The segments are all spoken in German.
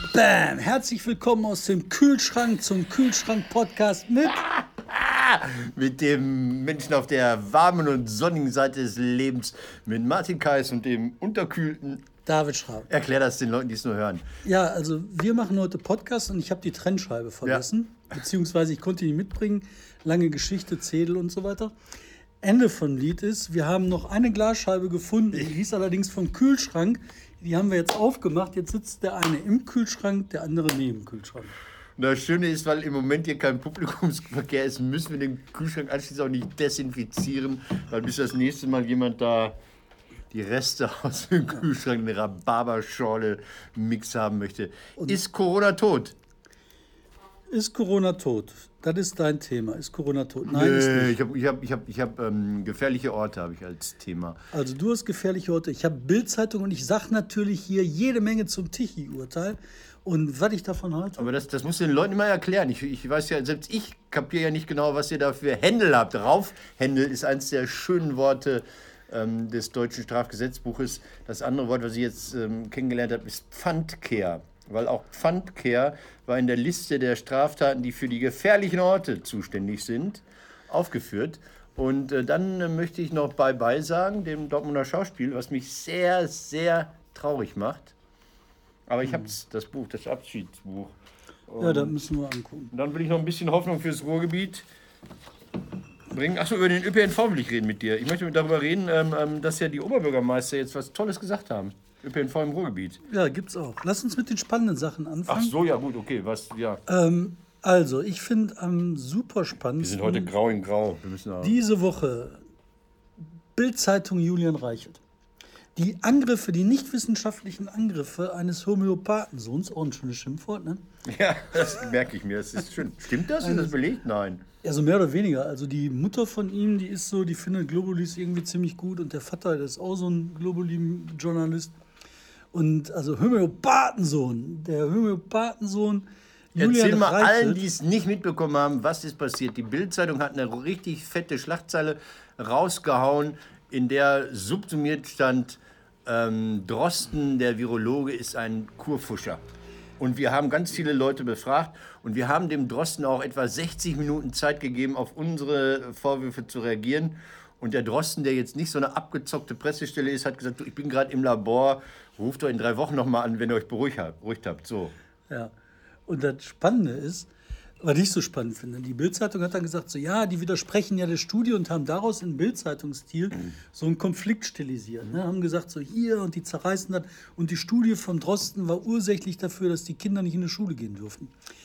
Bam! Herzlich willkommen aus dem Kühlschrank zum Kühlschrank-Podcast mit dem Menschen auf der warmen und sonnigen Seite des Lebens, mit Martin Kais und dem unterkühlten David Schraub. Erklär das den Leuten, die es nur hören. Ja, also wir machen heute Podcast und ich habe die Trennscheibe vergessen, beziehungsweise ich konnte die mitbringen, lange Geschichte, Zedel und so weiter. Ende vom Lied ist, wir haben noch eine Glasscheibe gefunden, die hieß allerdings vom Kühlschrank. Die haben wir jetzt aufgemacht. Jetzt sitzt der eine im Kühlschrank, der andere neben dem Kühlschrank. Und das Schöne ist, weil im Moment hier kein Publikumsverkehr ist, müssen wir den Kühlschrank anschließend auch nicht desinfizieren, weil bis das nächste Mal jemand da die Reste aus dem Kühlschrank, eine Rhabarberschorle-Mix haben möchte. Ist Corona tot? Ist Corona tot? Das ist dein Thema. Ist Corona tot? Nein, ist nicht. Ich hab gefährliche Orte habe ich als Thema. Also du hast gefährliche Orte. Ich habe Bild-Zeitung und ich sage natürlich hier jede Menge zum Tichy-Urteil und was ich davon halte. Aber das musst du den Leuten immer erklären. Ich weiß ja, selbst ich kapiere ja nicht genau, was ihr da für Händel habt. Raufhändel ist eines der schönen Worte des deutschen Strafgesetzbuches. Das andere Wort, was ich jetzt kennengelernt habe, ist Pfandkehr. Weil auch Pfandkehr war in der Liste der Straftaten, die für die gefährlichen Orte zuständig sind, aufgeführt. Und dann möchte ich noch Bye-Bye sagen, dem Dortmunder Schauspiel, was mich sehr, sehr traurig macht. Aber ich habe das Buch, das Abschiedsbuch. Ja, das müssen wir angucken. Und dann will ich noch ein bisschen Hoffnung fürs Ruhrgebiet bringen. Achso, über den ÖPNV will ich reden mit dir. Ich möchte darüber reden, dass ja die Oberbürgermeister jetzt was Tolles gesagt haben. ÖPNV im Ruhrgebiet. Ja, gibt's auch. Lass uns mit den spannenden Sachen anfangen. Ach so, ja gut, okay, Also, ich finde am super spannendsten... Wir sind heute grau in grau. Wir müssen diese Woche Bild-Zeitung Julian Reichelt. Die Angriffe, die nicht wissenschaftlichen Angriffe eines Homöopathensohns, auch ein schönes Schimpfwort, ne? Ja, das merke ich mir, das ist schön. Stimmt das? Ist das belegt? Nein. Also mehr oder weniger. Also die Mutter von ihm, die ist so, die findet Globulis irgendwie ziemlich gut und der Vater, der ist auch so ein Globuli-Journalist. Und also Homöopathensohn, der Homöopathensohn Julian Erzähl mal Reichelt. allen, die es nicht mitbekommen haben, was ist passiert. Die Bild-Zeitung hat eine richtig fette Schlagzeile rausgehauen, in der subsumiert stand, Drosten, der Virologe, ist ein Kurfuscher. Und wir haben ganz viele Leute befragt und wir haben dem Drosten auch etwa 60 Minuten Zeit gegeben, auf unsere Vorwürfe zu reagieren. Und der Drosten, der jetzt nicht so eine abgezockte Pressestelle ist, hat gesagt, du, ich bin gerade im Labor, ruft euch in 3 Wochen nochmal an, wenn ihr euch beruhigt habt. So. Ja, und das Spannende ist, was ich so spannend finde, die Bild-Zeitung hat dann gesagt, so ja, die widersprechen ja der Studie und haben daraus in Bild-Zeitungsstil so einen Konflikt stilisiert. Ne? Haben gesagt, so hier und die zerreißen das. Und die Studie von Drosten war ursächlich dafür, dass die Kinder nicht in die Schule gehen dürfen.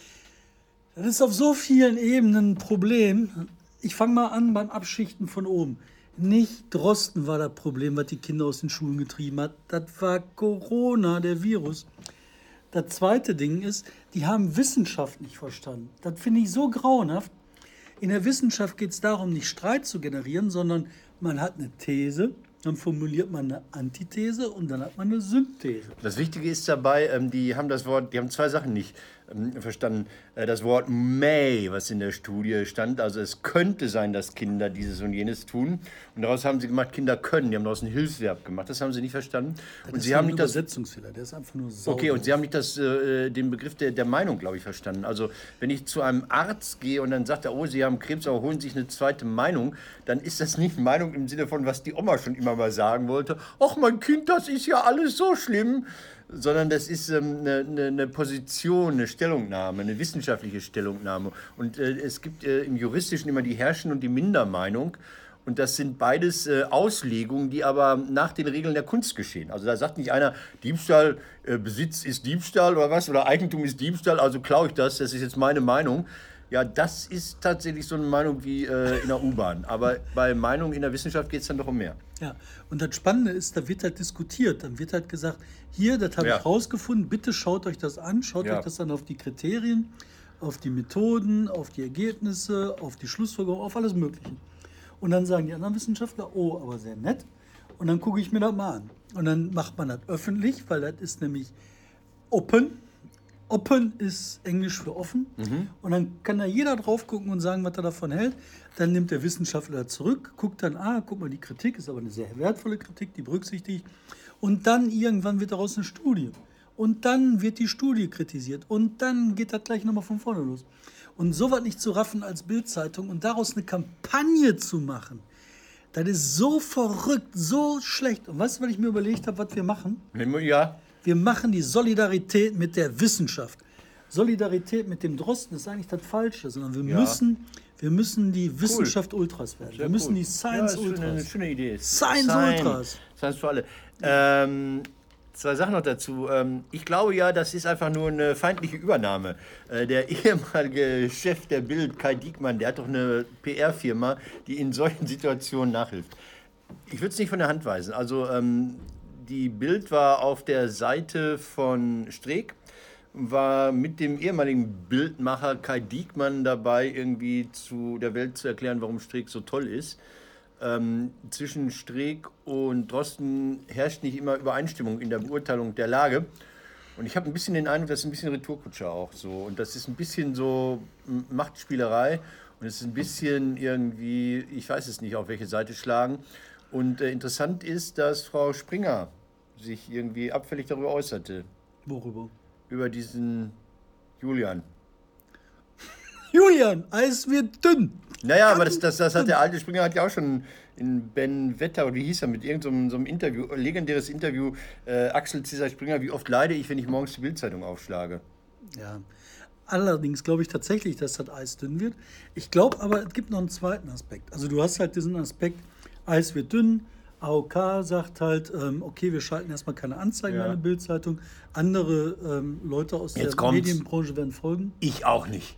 Das ist auf so vielen Ebenen ein Problem. Ich fange mal an beim Abschichten von oben. Nicht Drosten war das Problem, was die Kinder aus den Schulen getrieben hat. Das war Corona, der Virus. Das zweite Ding ist, die haben Wissenschaft nicht verstanden. Das finde ich so grauenhaft. In der Wissenschaft geht es darum, nicht Streit zu generieren, sondern man hat eine These, dann formuliert man eine Antithese und dann hat man eine Synthese. Das Wichtige ist dabei, die haben 2 Sachen nicht verstanden. Das Wort may, was in der Studie stand, also es könnte sein, dass Kinder dieses und jenes tun. Und daraus haben sie gemacht, Kinder können. Die haben daraus ein Hilfsverb gemacht. Das haben sie nicht verstanden. Und sie haben nicht das Übersetzungsfehler, der ist einfach nur sauber. Okay, und sie haben nicht den Begriff der Meinung, glaube ich, verstanden. Also wenn ich zu einem Arzt gehe und dann sagt er, oh, Sie haben Krebs, aber holen sich eine zweite Meinung, dann ist das nicht Meinung im Sinne von, was die Oma schon immer mal sagen wollte. Ach, mein Kind, das ist ja alles so schlimm. Sondern das ist eine Position, eine Stellungnahme, eine wissenschaftliche Stellungnahme. Und es gibt im Juristischen immer die Herrschen- und die Mindermeinung. Und das sind beides Auslegungen, die aber nach den Regeln der Kunst geschehen. Also da sagt nicht einer, Diebstahl, Besitz ist Diebstahl oder was, oder Eigentum ist Diebstahl, also klaue ich das ist jetzt meine Meinung. Ja, das ist tatsächlich so eine Meinung wie in der U-Bahn. Aber bei Meinungen in der Wissenschaft geht es dann doch um mehr. Ja, und das Spannende ist, da wird halt diskutiert. Dann wird halt gesagt, hier, das habe ich rausgefunden, bitte schaut euch das an, schaut euch das an auf die Kriterien, auf die Methoden, auf die Ergebnisse, auf die Schlussfolgerung, auf alles Mögliche. Und dann sagen die anderen Wissenschaftler, oh, aber sehr nett. Und dann gucke ich mir das mal an. Und dann macht man das öffentlich, weil das ist nämlich open. Open ist Englisch für offen. Und dann kann da jeder drauf gucken und sagen, was er davon hält. Dann nimmt der Wissenschaftler zurück, guckt dann, guck mal, die Kritik ist aber eine sehr wertvolle Kritik, die berücksichtigt. Und dann irgendwann wird daraus eine Studie. Und dann wird die Studie kritisiert. Und dann geht das gleich nochmal von vorne los. Und sowas nicht zu raffen als Bild-Zeitung und daraus eine Kampagne zu machen, das ist so verrückt, so schlecht. Und weißt du, was ich mir überlegt habe, was wir machen? Ja. Wir machen die Solidarität mit der Wissenschaft. Solidarität mit dem Drosten ist eigentlich das Falsche, sondern wir müssen die Wissenschaft Ultras werden. Wir müssen die Science Ultras. Eine schöne Idee. Science Ultras. Science für alle. Zwei Sachen noch dazu. Ich glaube ja, das ist einfach nur eine feindliche Übernahme. Der ehemalige Chef der Bild, Kai Diekmann, der hat doch eine PR-Firma, die in solchen Situationen nachhilft. Ich würde es nicht von der Hand weisen. Also die Bild war auf der Seite von Streeck, war mit dem ehemaligen Bildmacher Kai Diekmann dabei, irgendwie zu der Welt zu erklären, warum Streeck so toll ist. Zwischen Streeck und Drosten herrscht nicht immer Übereinstimmung in der Beurteilung der Lage. Und ich habe ein bisschen den Eindruck, das ist ein bisschen Retourkutscher auch so. Und das ist ein bisschen so Machtspielerei. Und es ist ein bisschen irgendwie, ich weiß es nicht, auf welche Seite schlagen. Und interessant ist, dass Frau Springer sich irgendwie abfällig darüber äußerte. Worüber? Über diesen Julian. Julian, Eis wird dünn. Naja, aber das hat der alte Springer hat ja auch schon in Ben Wetter, oder wie hieß er, mit irgendeinem so einem Interview, legendäres Interview, Axel Cäsar Springer, wie oft leide ich, wenn ich morgens die Bildzeitung aufschlage. Ja, allerdings glaube ich tatsächlich, dass das Eis dünn wird. Ich glaube aber, es gibt noch einen zweiten Aspekt. Also du hast halt diesen Aspekt, Eis wird dünn, AOK sagt halt, okay, wir schalten erstmal keine Anzeigen mehr in der Bildzeitung. Andere Leute aus der Medienbranche werden folgen. Ich auch nicht.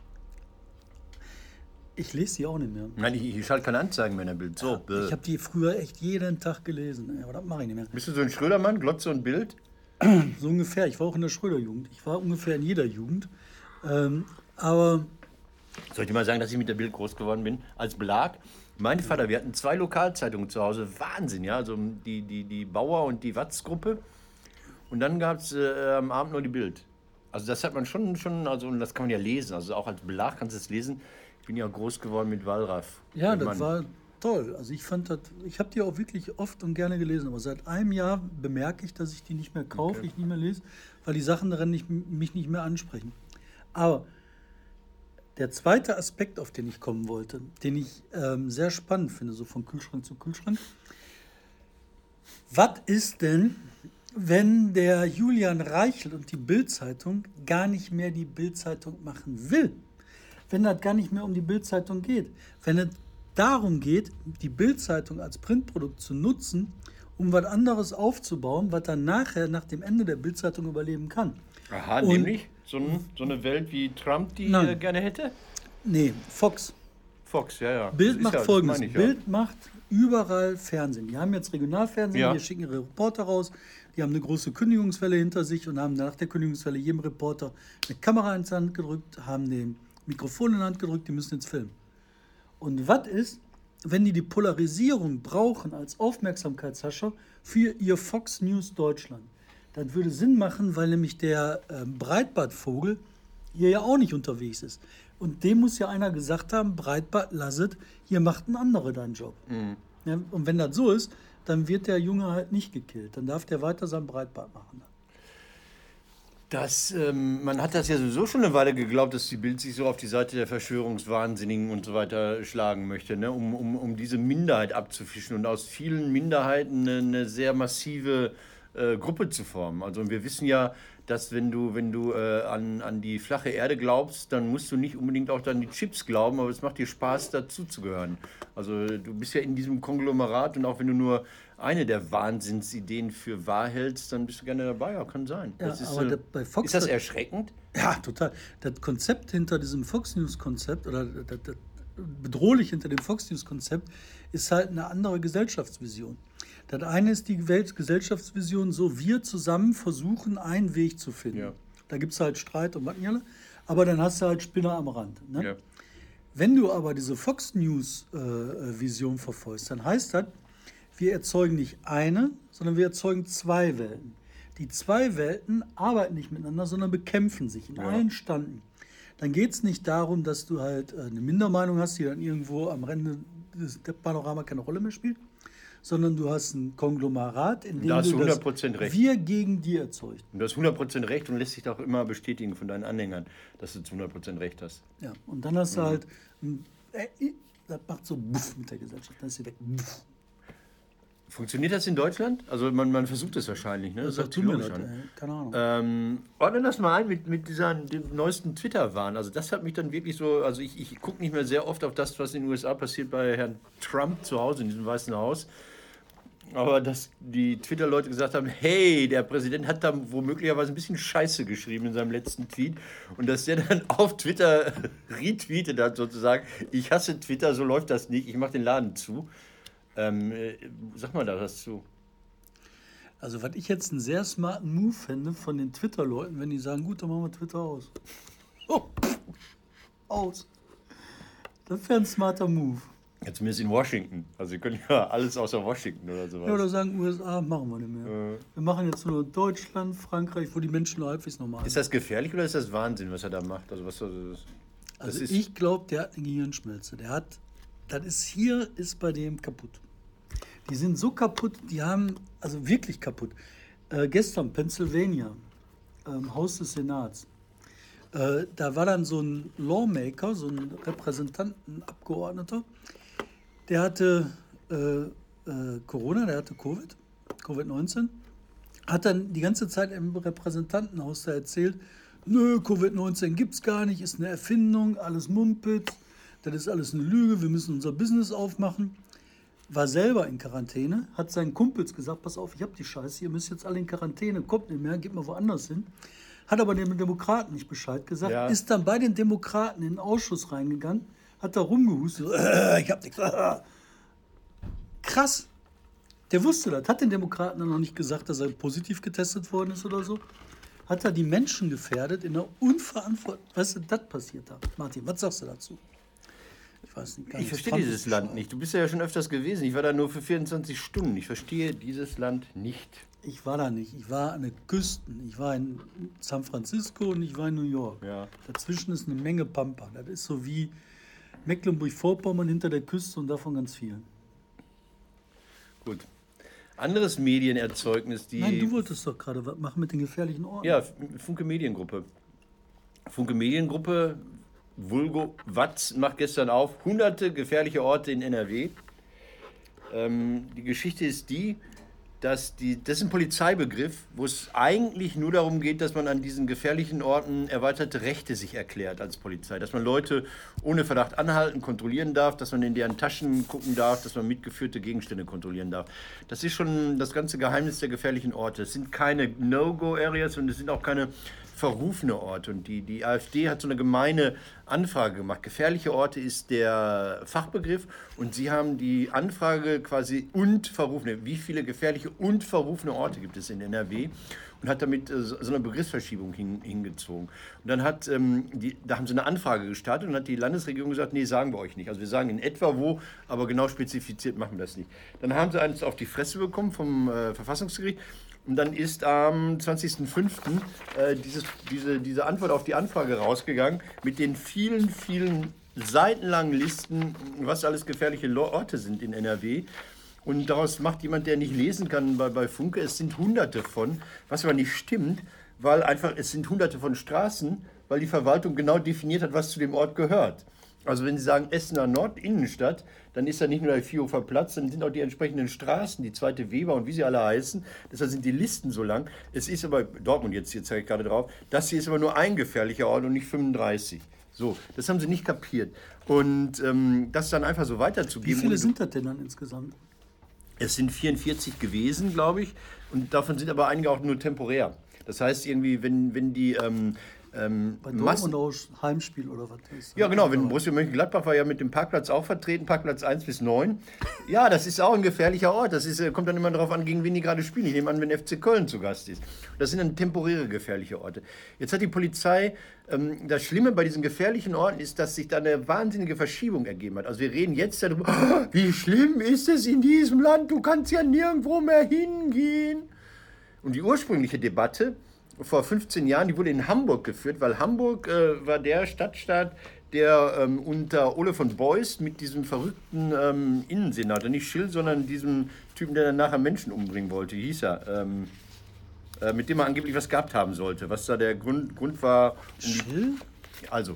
Ich lese die auch nicht mehr. Nein, ich schalte keine Anzeigen mehr in der Bild. So, ich habe die früher echt jeden Tag gelesen, aber das mache ich nicht mehr. Bist du so ein Schrödermann, Glotze und Bild? So ungefähr. Ich war auch in der Schröder-Jugend. Ich war ungefähr in jeder Jugend. Aber soll ich dir mal sagen, dass ich mit der Bild groß geworden bin? Als Belag. Mein Vater, wir hatten 2 Lokalzeitungen zu Hause. Wahnsinn, ja. Also die Bauer und die Watz-Gruppe. Und dann gab es am Abend nur die Bild. Also das hat man schon, also und das kann man ja lesen. Also auch als Belag kannst du es lesen. Ich bin ja groß geworden mit Wallraff. Ja, das war toll. Also ich habe die auch wirklich oft und gerne gelesen. Aber seit einem Jahr bemerke ich, dass ich die nicht mehr kaufe, ich nicht mehr lese, weil die Sachen darin mich nicht mehr ansprechen. Aber der zweite Aspekt, auf den ich kommen wollte, den ich sehr spannend finde, so von Kühlschrank zu Kühlschrank. Was ist denn, wenn der Julian Reichel und die Bild-Zeitung gar nicht mehr die Bild-Zeitung machen will? Wenn das gar nicht mehr um die Bild-Zeitung geht. Wenn es darum geht, die Bild-Zeitung als Printprodukt zu nutzen, um was anderes aufzubauen, was dann nachher, nach dem Ende der Bild-Zeitung überleben kann. Aha, und nämlich so eine Welt, wie Trump die gerne hätte? Nee, Fox. Fox, ja. Bild macht Folgendes. Bild macht überall Fernsehen. Die haben jetzt Regionalfernsehen, die schicken ihre Reporter raus, die haben eine große Kündigungswelle hinter sich und haben nach der Kündigungswelle jedem Reporter eine Kamera ins Hand gedrückt, haben den Mikrofon in die Hand gedrückt, die müssen jetzt filmen. Und was ist, wenn die Polarisierung brauchen als Aufmerksamkeitshascher für ihr Fox News Deutschland? Das würde Sinn machen, weil nämlich der Breitbartvogel hier ja auch nicht unterwegs ist. Und dem muss ja einer gesagt haben, Breitbart, lasset, hier macht ein anderer deinen Job. Mhm. Ja, und wenn das so ist, dann wird der Junge halt nicht gekillt. Dann darf der weiter sein Breitbart machen. Man hat das ja sowieso schon eine Weile geglaubt, dass die Bild sich so auf die Seite der Verschwörungswahnsinnigen und so weiter schlagen möchte, ne? um diese Minderheit abzufischen und aus vielen Minderheiten eine sehr massive Gruppe zu formen. Also wir wissen ja, dass wenn du an die flache Erde glaubst, dann musst du nicht unbedingt auch an die Chips glauben, aber es macht dir Spaß, dazu zu gehören. Also du bist ja in diesem Konglomerat und auch wenn du nur eine der Wahnsinnsideen für wahr hältst, dann bist du gerne dabei. Ja, kann sein. Ja, das ist, aber bei Fox ist das erschreckend? Ja, total. Das Konzept hinter diesem Fox News-Konzept oder das bedrohlich hinter dem Fox News-Konzept ist halt eine andere Gesellschaftsvision. Das eine ist die Gesellschaftsvision, so wir zusammen versuchen, einen Weg zu finden. Ja. Da gibt es halt Streit und was nicht alle, aber dann hast du halt Spinner am Rand. Ne? Ja. Wenn du aber diese Fox News-Vision verfolgst, dann heißt das, wir erzeugen nicht eine, sondern wir erzeugen 2 Welten. Die 2 Welten arbeiten nicht miteinander, sondern bekämpfen sich in allen Standen. Dann geht es nicht darum, dass du halt eine Mindermeinung hast, die dann irgendwo am Rande der Panorama keine Rolle mehr spielt, sondern du hast ein Konglomerat, in dem Da hast du du das 100% recht. Wir gegen die erzeugt. Und du hast 100% recht und lässt sich auch immer bestätigen von deinen Anhängern, dass du zu 100% recht hast. Ja, und dann hast du halt, das macht so Buff mit der Gesellschaft, dann ist sie weg. Buff. Funktioniert das in Deutschland? Also man versucht es wahrscheinlich, ne? Das hört sich tun wir logisch das, an. keine Ahnung. Ordne das mal ein mit dem neuesten Twitter-Wahn. Also das hat mich dann wirklich so, also ich gucke nicht mehr sehr oft auf das, was in den USA passiert bei Herrn Trump zu Hause in diesem Weißen Haus. Aber dass die Twitter-Leute gesagt haben, hey, der Präsident hat da womöglicherweise ein bisschen Scheiße geschrieben in seinem letzten Tweet. Und dass der dann auf Twitter retweetet hat sozusagen, ich hasse Twitter, so läuft das nicht, ich mache den Laden zu. Sag mal da was zu. Also was ich jetzt einen sehr smarten Move fände von den Twitter-Leuten, wenn die sagen, gut, dann machen wir Twitter aus. Oh, aus. Das wäre ein smarter Move. Ja, zumindest in Washington. Also sie können ja alles außer Washington oder sowas. Ja, oder sagen, USA machen wir nicht mehr. Wir machen jetzt nur Deutschland, Frankreich, wo die Menschen nur halbwegs normal sind. Ist das gefährlich oder ist das Wahnsinn, was er da macht? Also Also ich glaube, der hat eine Gehirnschmelze. Das ist bei dem kaputt. Die sind so kaputt, die haben, also wirklich kaputt. Gestern, Pennsylvania, Haus des Senats. Da war dann so ein Lawmaker, so ein Repräsentantenabgeordneter, der hatte Corona, der hatte Covid-19, hat dann die ganze Zeit im Repräsentantenhaus da erzählt, nö, Covid-19 gibt's gar nicht, ist eine Erfindung, alles Mumpitz, das ist alles eine Lüge, wir müssen unser Business aufmachen. War selber in Quarantäne, hat seinen Kumpels gesagt, pass auf, ich hab die Scheiße, ihr müsst jetzt alle in Quarantäne, kommt nicht mehr, geht mal woanders hin. Hat aber den Demokraten nicht Bescheid gesagt, ist dann bei den Demokraten in den Ausschuss reingegangen, hat da rumgehustet, ich hab nichts. Krass. Der wusste das, hat den Demokraten dann noch nicht gesagt, dass er positiv getestet worden ist oder so. Hat er die Menschen gefährdet in einer unverantwortlichen, weißt du, das passiert da. Martin, was sagst du dazu? Ich weiß nicht. Ich verstehe dieses Land nicht. Du bist ja schon öfters gewesen. Ich war da nur für 24 Stunden. Ich verstehe dieses Land nicht. Ich war da nicht. Ich war an den Küsten. Ich war in San Francisco und ich war in New York. Ja. Dazwischen ist eine Menge Pampa. Das ist so wie Mecklenburg-Vorpommern hinter der Küste und davon ganz viel. Gut. Anderes Medienerzeugnis, die... Nein, du wolltest doch gerade was machen mit den gefährlichen Orten. Ja, Funke Mediengruppe. Funke Mediengruppe, Vulgo Watz, macht gestern auf, hunderte gefährliche Orte in NRW. Die Geschichte ist die, das ist ein Polizeibegriff, wo es eigentlich nur darum geht, dass man an diesen gefährlichen Orten erweiterte Rechte sich erklärt als Polizei. Dass man Leute ohne Verdacht anhalten, kontrollieren darf, dass man in deren Taschen gucken darf, dass man mitgeführte Gegenstände kontrollieren darf. Das ist schon das ganze Geheimnis der gefährlichen Orte. Es sind keine No-Go-Areas und es sind auch keine verrufene Orte. Und die AfD hat so eine gemeine Anfrage gemacht. Gefährliche Orte ist der Fachbegriff und sie haben die Anfrage quasi und verrufene. Wie viele gefährliche und verrufene Orte gibt es in NRW? Und hat damit so eine Begriffsverschiebung hingezogen. Und dann da haben sie eine Anfrage gestartet und hat die Landesregierung gesagt, nee, sagen wir euch nicht. Also wir sagen in etwa wo, aber genau spezifiziert machen wir das nicht. Dann haben sie eins auf die Fresse bekommen vom Verfassungsgericht. Und dann ist am 20.05. Diese Antwort auf die Anfrage rausgegangen mit den vielen, vielen seitenlangen Listen, was alles gefährliche Orte sind in NRW. Und daraus macht jemand, der nicht lesen kann bei Funke, es sind hunderte von, was aber nicht stimmt, weil einfach es sind hunderte von Straßen, weil die Verwaltung genau definiert hat, was zu dem Ort gehört. Also wenn Sie sagen Essener Nordinnenstadt, dann ist da nicht nur der Vierhofer Platz, dann sind auch die entsprechenden Straßen, die zweite Weber und wie sie alle heißen. Deshalb sind die Listen so lang. Es ist aber, Dortmund jetzt zeige ich gerade drauf, das hier ist aber nur ein gefährlicher Ort und nicht 35. So, das haben sie nicht kapiert. Und das dann einfach so weiterzugeben. Wie viele sind das denn dann insgesamt? Es sind 44 gewesen, glaube ich. Und davon sind aber einige auch nur temporär. Das heißt irgendwie, wenn die... bei Dortmund auch Heimspiel oder was ist das? Ja, genau. Wenn Borussia Mönchengladbach war ja mit dem Parkplatz auch vertreten, Parkplatz 1 bis 9. Ja, das ist auch ein gefährlicher Ort. Das kommt dann immer darauf an, gegen wen die gerade spielen. Ich nehme an, wenn FC Köln zu Gast ist. Das sind dann temporäre gefährliche Orte. Jetzt hat die Polizei, das Schlimme bei diesen gefährlichen Orten ist, dass sich da eine wahnsinnige Verschiebung ergeben hat. Also wir reden jetzt darüber, wie schlimm ist es in diesem Land? Du kannst ja nirgendwo mehr hingehen. Und die ursprüngliche Debatte vor 15 Jahren, die wurde in Hamburg geführt, weil Hamburg war der Stadtstaat, der unter Ole von Beust mit diesem verrückten Innensenator, nicht Schill, sondern diesem Typen, der dann nachher Menschen umbringen wollte, wie hieß er, mit dem er angeblich was gehabt haben sollte, was da der Grund war. Schill? Also,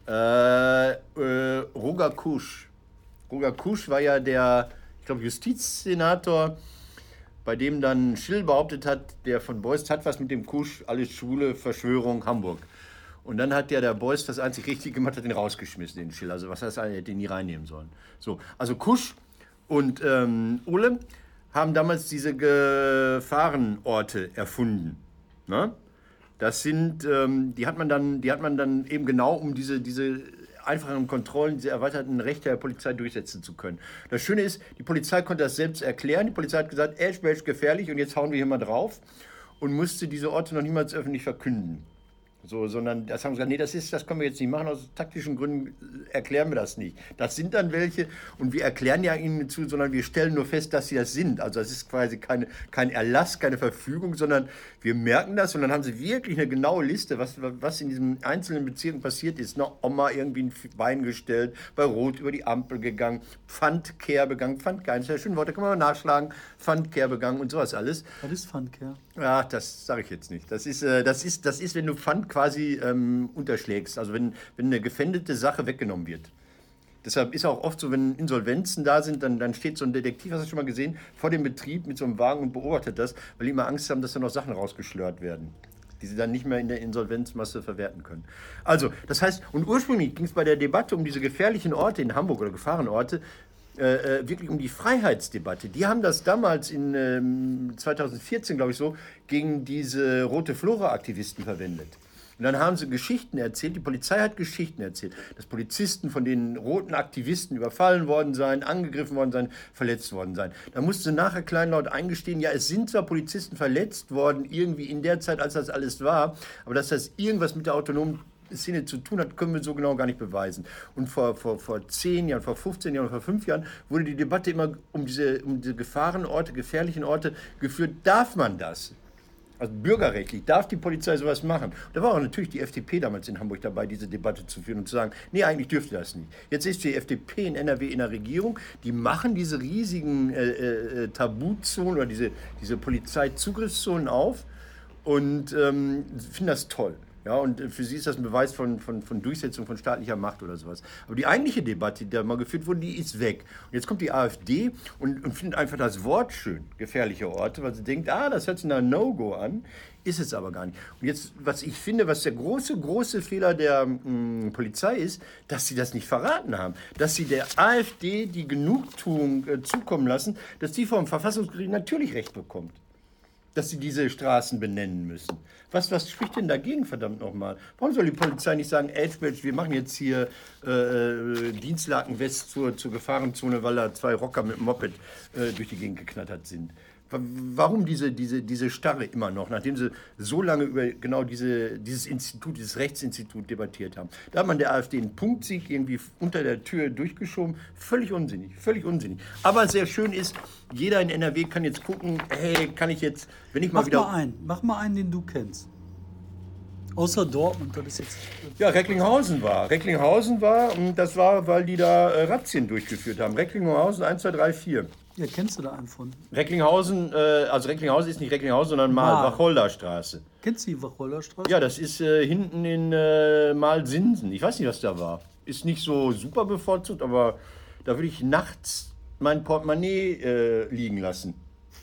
Roger Kusch. Roger Kusch war ja der, ich glaube, Justizsenator, bei dem dann Schill behauptet hat, der von Beust hat was mit dem Kusch, alles Schwule, Verschwörung, Hamburg. Und dann hat der Beust das einzig richtig gemacht, hat den rausgeschmissen, den Schill. Also was heißt, er hätte ihn nie reinnehmen sollen. So, also Kusch und Ole haben damals diese Gefahrenorte erfunden. Ne? Das sind, die hat man dann eben genau um diese einfachen Kontrollen, diese erweiterten Rechte der Polizei durchsetzen zu können. Das Schöne ist, die Polizei konnte das selbst erklären. Die Polizei hat gesagt, gefährlich und jetzt hauen wir hier mal drauf und musste diese Orte noch niemals öffentlich verkünden. So, sondern das haben sie gesagt, nee, das können wir jetzt nicht machen, aus taktischen Gründen erklären wir das nicht. Das sind dann welche und wir erklären ja ihnen zu, sondern wir stellen nur fest, dass sie das sind. Also das ist quasi kein Erlass, keine Verfügung, sondern wir merken das und dann haben sie wirklich eine genaue Liste, was in diesem einzelnen Bezirk passiert ist. Eine Oma irgendwie ein Bein gestellt, bei Rot über die Ampel gegangen, Pfandkehr begangen, Pfandkehr, das ist ja schön Wort, da kann man mal nachschlagen, Pfandkehr begangen und sowas alles. Was ist Pfandkehr? Ja, das sage ich jetzt nicht. Das ist, wenn du Pfand quasi unterschlägst, also wenn eine gefändete Sache weggenommen wird. Deshalb ist auch oft so, wenn Insolvenzen da sind, dann steht so ein Detektiv, hast du schon mal gesehen, vor dem Betrieb mit so einem Wagen und beobachtet das, weil die immer Angst haben, dass da noch Sachen rausgeschlört werden, die sie dann nicht mehr in der Insolvenzmasse verwerten können. Also, das heißt, und ursprünglich ging es bei der Debatte um diese gefährlichen Orte in Hamburg oder Gefahrenorte, wirklich um die Freiheitsdebatte. Die haben das damals in 2014, glaube ich so, gegen diese Rote Flora-Aktivisten verwendet. Und dann haben sie Geschichten erzählt, die Polizei hat Geschichten erzählt, dass Polizisten von den roten Aktivisten überfallen worden seien, angegriffen worden seien, verletzt worden seien. Da musste nachher kleinlaut eingestehen, ja, es sind zwar Polizisten verletzt worden, irgendwie in der Zeit, als das alles war, aber dass das irgendwas mit der autonomen Szene zu tun hat, können wir so genau gar nicht beweisen. Und vor 10 Jahren, vor 15 Jahren, vor 5 Jahren wurde die Debatte immer um diese Gefahrenorte, gefährlichen Orte geführt. Darf man das? Also bürgerrechtlich, darf die Polizei sowas machen? Und da war auch natürlich die FDP damals in Hamburg dabei, diese Debatte zu führen und zu sagen, nee, eigentlich dürfte das nicht. Jetzt ist die FDP in NRW in der Regierung, die machen diese riesigen Tabuzonen oder diese Polizeizugriffszonen auf und finden das toll. Ja, und für sie ist das ein Beweis von Durchsetzung von staatlicher Macht oder sowas. Aber die eigentliche Debatte, die da mal geführt wurde, die ist weg. Und jetzt kommt die AfD und findet einfach das Wort schön, gefährliche Orte, weil sie denkt, das hört sich nach No-Go an, ist es aber gar nicht. Und jetzt, was ich finde, was der große Fehler der Polizei ist, dass sie das nicht verraten haben. Dass sie der AfD die Genugtuung zukommen lassen, dass die vom Verfassungsgericht natürlich Recht bekommt, dass sie diese Straßen benennen müssen. Was spricht denn dagegen, verdammt nochmal? Warum soll die Polizei nicht sagen, wir machen jetzt hier Dienstlaken West zur Gefahrenzone, weil da 2 Rocker mit dem Moped durch die Gegend geknattert sind? Warum diese Starre immer noch, nachdem sie so lange über genau dieses Institut, dieses Rechtsinstitut debattiert haben? Da hat man der AfD einen Punktsieg irgendwie unter der Tür durchgeschoben. Völlig unsinnig, völlig unsinnig. Aber sehr schön ist, jeder in NRW kann jetzt gucken, hey, kann ich jetzt, wenn ich mal wieder... Mach mal einen, den du kennst. Außer Dortmund, das ist jetzt... Ja, Recklinghausen war, und das war, weil die da Razzien durchgeführt haben. Recklinghausen 1, 2, 3, 4. Ja, kennst du da einen von? Recklinghausen, also Recklinghausen ist nicht Recklinghausen, sondern Wacholderstraße. Kennst du die Wacholderstraße? Ja, das ist hinten in Malsinsen. Ich weiß nicht, was da war. Ist nicht so super bevorzugt, aber da würde ich nachts mein Portemonnaie liegen lassen.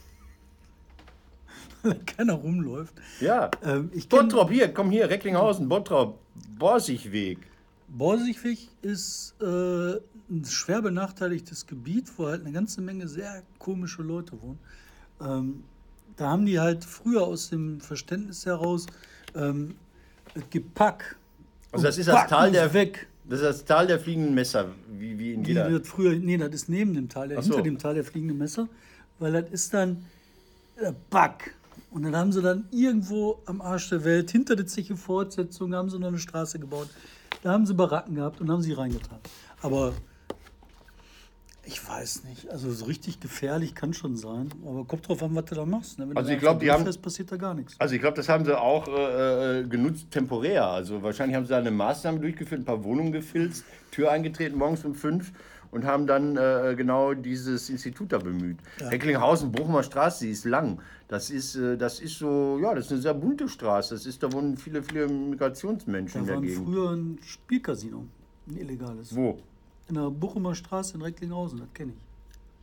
Weil keiner rumläuft. Ja. Bottrop, komm hier, Recklinghausen, Bottrop, Borsigweg. Borsigweg ist ein schwer benachteiligtes Gebiet, wo halt eine ganze Menge sehr komische Leute wohnen. Da haben die halt früher aus dem Verständnis heraus gepackt. Also das ist das Tal der weg. Das ist das Tal der fliegenden Messer, wie in jeder... Das ist neben dem Tal, hinter dem Tal der fliegenden Messer, weil das ist dann Back. Und dann haben sie dann irgendwo am Arsch der Welt, hinter der Zeche Fortsetzung, haben sie noch eine Straße gebaut. Da haben sie Baracken gehabt und haben sie reingetan. Aber Ich weiß nicht. Also so richtig gefährlich kann schon sein. Aber kommt drauf an, was du da machst. Ne? Wenn Also du ich glaub, einfach die haben- durchfährst, passiert da gar nichts. Also ich glaube, das haben sie auch genutzt temporär. Also wahrscheinlich haben sie da eine Maßnahme durchgeführt, ein paar Wohnungen gefilzt, Tür eingetreten morgens um 5 und haben dann genau dieses Institut da bemüht. Recklinghausen, Bochumer Straße, die ist lang. Das ist so, ja, das ist eine sehr bunte Straße. Da wohnen viele, viele Migrationsmenschen Da in der war Gegend. früher ein Spielcasino, ein illegales. Wo? In der Bochumer Straße in Recklinghausen, das kenne ich.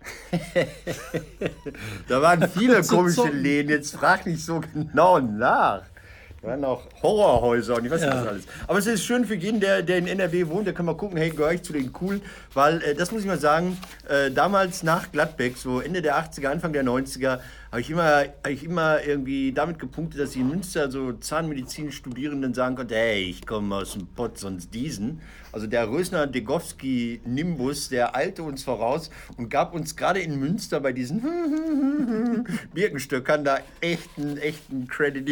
Da waren viele Zu komische zocken. Läden. Jetzt frag nicht so genau nach. Da waren auch Horrorhäuser und ich weiß nicht Ja. was alles. Aber es ist schön für jeden, der in NRW wohnt. Da kann man gucken, hey, gehöre ich zu den Coolen. Weil, das muss ich mal sagen, damals nach Gladbeck, so Ende der 80er, Anfang der 90er, habe ich immer irgendwie damit gepunktet, dass ich in Münster so Zahnmedizin-Studierenden sagen konnte, hey, ich komme aus dem Pott, sonst diesen. Also der Rösner-Degowski-Nimbus, der eilte uns voraus und gab uns gerade in Münster bei diesen Birkenstöckern da echten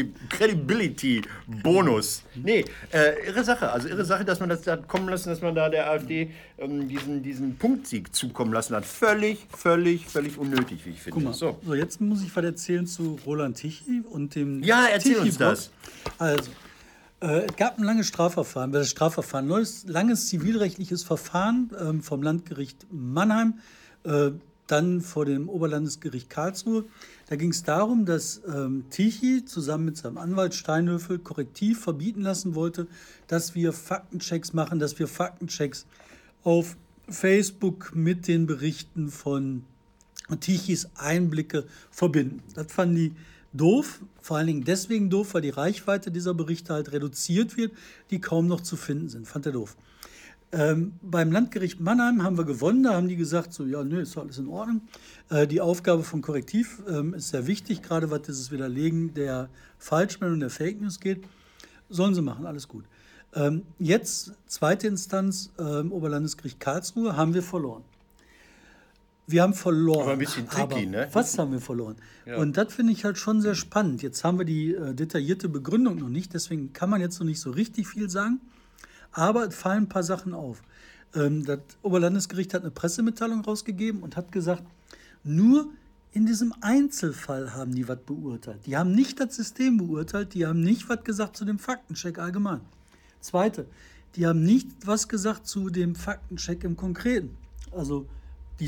Credibility-Bonus. Nee, irre Sache. Also irre Sache, dass man das da kommen lassen, dass man da der AfD diesen Punktsieg zukommen lassen hat. Völlig unnötig, wie ich finde. Guck mal, so, jetzt muss ich was erzählen zu Roland Tichy und dem Ja, erzähl uns Tichy-Blog. das. Also, es gab ein langes Strafverfahren, langes zivilrechtliches Verfahren vom Landgericht Mannheim, dann vor dem Oberlandesgericht Karlsruhe. Da ging es darum, dass Tichy zusammen mit seinem Anwalt Steinhöfel korrektiv verbieten lassen wollte, dass wir Faktenchecks machen, dass wir Faktenchecks auf Facebook mit den Berichten von Tichys Einblicke verbinden. Das fanden die doof, vor allen Dingen deswegen doof, weil die Reichweite dieser Berichte halt reduziert wird, die kaum noch zu finden sind. Fand er doof. Beim Landgericht Mannheim haben wir gewonnen, da haben die gesagt, so, ja, nö, ist doch alles in Ordnung. Die Aufgabe von Korrektiv ist sehr wichtig, gerade was dieses Widerlegen der Falschmeldung, der Fake News geht. Sollen sie machen, alles gut. Jetzt, zweite Instanz, Oberlandesgericht Karlsruhe, haben wir verloren. Wir haben verloren. Aber ein bisschen tricky, Aber ne? was haben wir verloren? Und das finde ich halt schon sehr spannend. Jetzt haben wir die detaillierte Begründung noch nicht, deswegen kann man jetzt noch nicht so richtig viel sagen. Aber es fallen ein paar Sachen auf. Das Oberlandesgericht hat eine Pressemitteilung rausgegeben und hat gesagt, nur in diesem Einzelfall haben die was beurteilt. Die haben nicht das System beurteilt, die haben nicht was gesagt zu dem Faktencheck allgemein. Zweite, die haben nicht was gesagt zu dem Faktencheck im Konkreten. Also die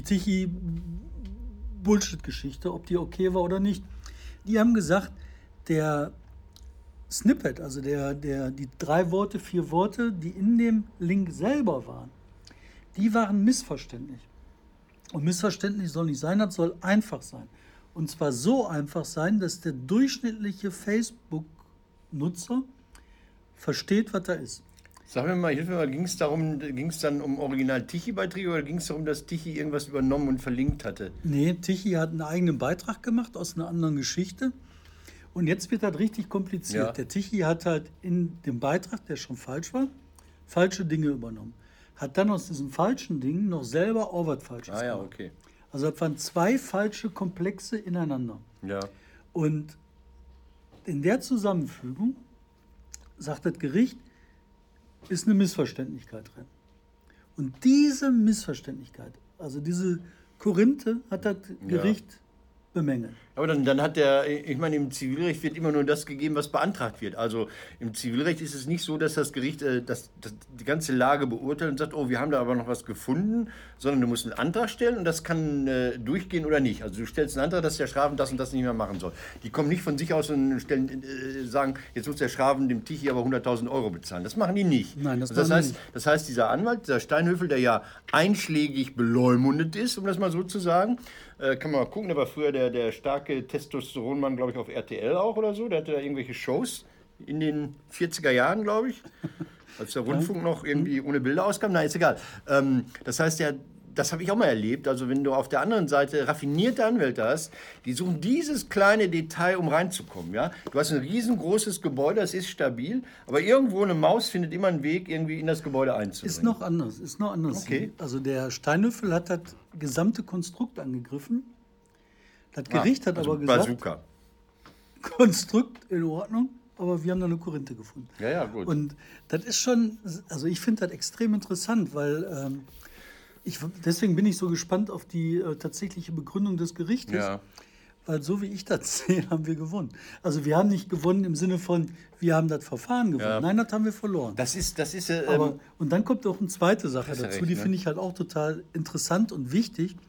Tichy-Bullshit-Geschichte, ob die okay war oder nicht. Die haben gesagt, der Snippet, also die 3 Worte, 4 Worte, die in dem Link selber waren, die waren missverständlich. Und missverständlich soll nicht sein, das soll einfach sein. Und zwar so einfach sein, dass der durchschnittliche Facebook-Nutzer versteht, was da ist. Sag mir mal, hilf mir mal, ging es dann um Original-Tichy-Beiträge oder ging es darum, dass Tichy irgendwas übernommen und verlinkt hatte? Nee, Tichy hat einen eigenen Beitrag gemacht aus einer anderen Geschichte. Und jetzt wird das richtig kompliziert. Ja. Der Tichy hat halt in dem Beitrag, der schon falsch war, falsche Dinge übernommen. Hat dann aus diesen falschen Dingen noch selber auch was Falsches Ah ja, gemacht. okay. Also das waren 2 falsche Komplexe ineinander. Ja. Und in der Zusammenfügung, sagt das Gericht, ist eine Missverständlichkeit drin. Und diese Missverständlichkeit, also diese Korinthe, hat das Gericht bemängelt. Aber dann ich meine, im Zivilrecht wird immer nur das gegeben, was beantragt wird. Also im Zivilrecht ist es nicht so, dass das Gericht das die ganze Lage beurteilt und sagt, oh, wir haben da aber noch was gefunden, sondern du musst einen Antrag stellen und das kann durchgehen oder nicht. Also du stellst einen Antrag, dass der Schraven das und das nicht mehr machen soll. Die kommen nicht von sich aus und sagen, jetzt muss der Schraven dem Tichy aber 100.000 Euro bezahlen. Das machen die nicht. Nein, das machen die heißt, nicht. Das heißt, dieser Anwalt, dieser Steinhöfel, der ja einschlägig beleumundet ist, um das mal so zu sagen, kann man mal gucken, der war früher der starke Testosteronmann, glaube ich, auf RTL auch oder so. Der hatte da irgendwelche Shows in den 40er Jahren, glaube ich, als der Rundfunk noch irgendwie ohne Bilder auskam. Na, ist egal. Das heißt, das habe ich auch mal erlebt. Also wenn du auf der anderen Seite raffinierte Anwälte hast, die suchen dieses kleine Detail, um reinzukommen. Ja? Du hast ein riesengroßes Gebäude, das ist stabil, aber irgendwo eine Maus findet immer einen Weg, irgendwie in das Gebäude einzudringen. Ist noch anders. Okay. Also der Steinhöfel hat das gesamte Konstrukt angegriffen. Das Gericht hat also aber gesagt, Bazooka. Konstrukt in Ordnung, aber wir haben da eine Korinthe gefunden. Ja, gut. Und das ist schon, also ich finde das extrem interessant, weil Deswegen bin ich so gespannt auf die tatsächliche Begründung des Gerichtes. Ja. Weil so wie ich das sehe, haben wir gewonnen. Also wir haben nicht gewonnen im Sinne von, wir haben das Verfahren gewonnen. Ja. Nein, das haben wir verloren. Das ist Aber, und dann kommt auch eine zweite Sache hast ja dazu, recht, die ne? finde ich halt auch total interessant und wichtig.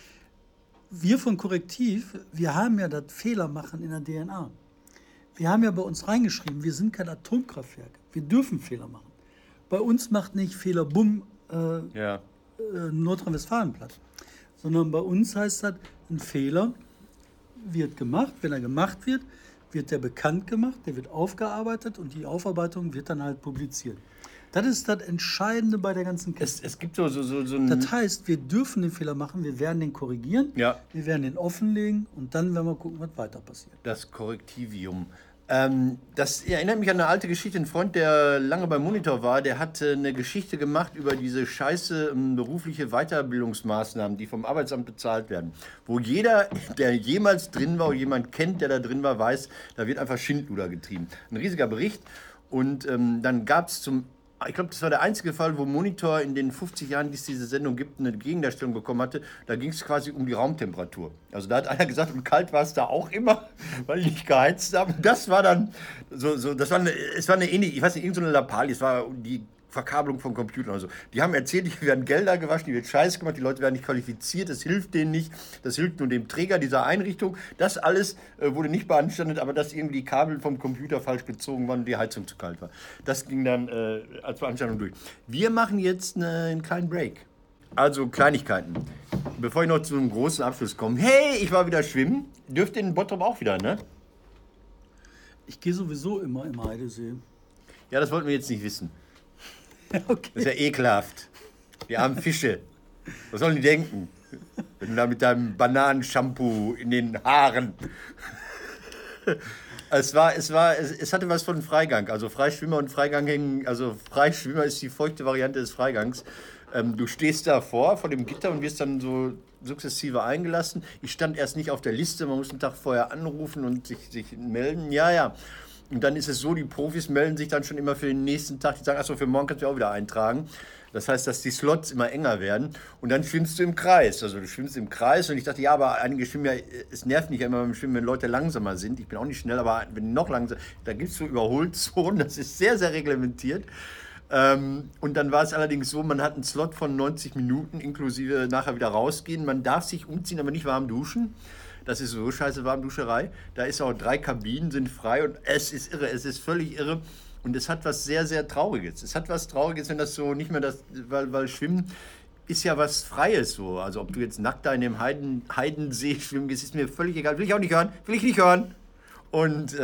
Wir von Korrektiv, wir haben ja das Fehler machen in der DNA. Wir haben ja bei uns reingeschrieben, wir sind kein Atomkraftwerk. Wir dürfen Fehler machen. Bei uns macht nicht Fehler bumm ja. Nordrhein-Westfalen platt. Sondern bei uns heißt das, ein Fehler wird gemacht. Wenn er gemacht wird, wird der bekannt gemacht, der wird aufgearbeitet und die Aufarbeitung wird dann halt publiziert. Das ist das Entscheidende bei der ganzen Kiste. Es gibt so ein... Das heißt, wir dürfen den Fehler machen, wir werden den korrigieren, Ja. wir werden den offenlegen und dann werden wir gucken, was weiter passiert. Das Korrektivium. Das erinnert mich an eine alte Geschichte. Ein Freund, der lange beim Monitor war, der hat eine Geschichte gemacht über diese scheiße berufliche Weiterbildungsmaßnahmen, die vom Arbeitsamt bezahlt werden. Wo jeder, der jemals drin war oder jemand kennt, der da drin war, weiß, da wird einfach Schindluder getrieben. Ein riesiger Bericht. Und dann gab es ich glaube, das war der einzige Fall, wo Monitor in den 50 Jahren, die es diese Sendung gibt, eine Gegendarstellung bekommen hatte. Da ging es quasi um die Raumtemperatur. Also da hat einer gesagt, und kalt war es da auch immer, weil die nicht geheizt haben. Das war dann es war eine ähnliche, ich weiß nicht, irgendeine Lappalie, es war die Verkabelung von Computern oder so. Die haben erzählt, die werden Gelder gewaschen, die wird Scheiße gemacht, die Leute werden nicht qualifiziert, das hilft denen nicht, das hilft nur dem Träger dieser Einrichtung. Das alles wurde nicht beanstandet, aber dass irgendwie die Kabel vom Computer falsch gezogen waren und die Heizung zu kalt war. Das ging dann als Beanstandung durch. Wir machen jetzt einen kleinen Break. Also Kleinigkeiten. Bevor ich noch zu einem großen Abschluss komme. Hey, ich war wieder schwimmen. Dürft ihr in Bottrop auch wieder, ne? Ich gehe sowieso immer im Heidesee. Ja, das wollten wir jetzt nicht wissen. Okay. Das ist ja ekelhaft. Die armen Fische. Was sollen die denken? Wenn du da mit deinem Bananenshampoo in den Haaren. Es hatte was von Freigang. Also Freischwimmer und Freigang hängen. Also Freischwimmer ist die feuchte Variante des Freigangs. Du stehst da vor dem Gitter und wirst dann so sukzessive eingelassen. Ich stand erst nicht auf der Liste. Man muss einen Tag vorher anrufen und sich melden. Ja. Und dann ist es so, die Profis melden sich dann schon immer für den nächsten Tag. Die sagen, achso, für morgen kannst du auch wieder eintragen. Das heißt, dass die Slots immer enger werden. Und dann schwimmst du im Kreis. Also du schwimmst im Kreis. Und ich dachte, ja, aber einige schwimmen ja, es nervt mich ja immer beim Schwimmen, wenn Leute langsamer sind. Ich bin auch nicht schnell, aber wenn die noch langsamer, da gibt es so Überholzonen. Das ist sehr, sehr reglementiert. Und dann war es allerdings so, man hat einen Slot von 90 Minuten, inklusive nachher wieder rausgehen. Man darf sich umziehen, aber nicht warm duschen. Das ist so scheiße Warmduscherei. Da ist auch 3 Kabinen, sind frei und es ist irre, es ist völlig irre. Und es hat was sehr, sehr Trauriges. Es hat was Trauriges, wenn das so nicht mehr weil Schwimmen ist ja was Freies so. Also ob du jetzt nackt da in dem Heidensee schwimmen gehst, ist mir völlig egal. Will ich auch nicht hören, will ich nicht hören. Und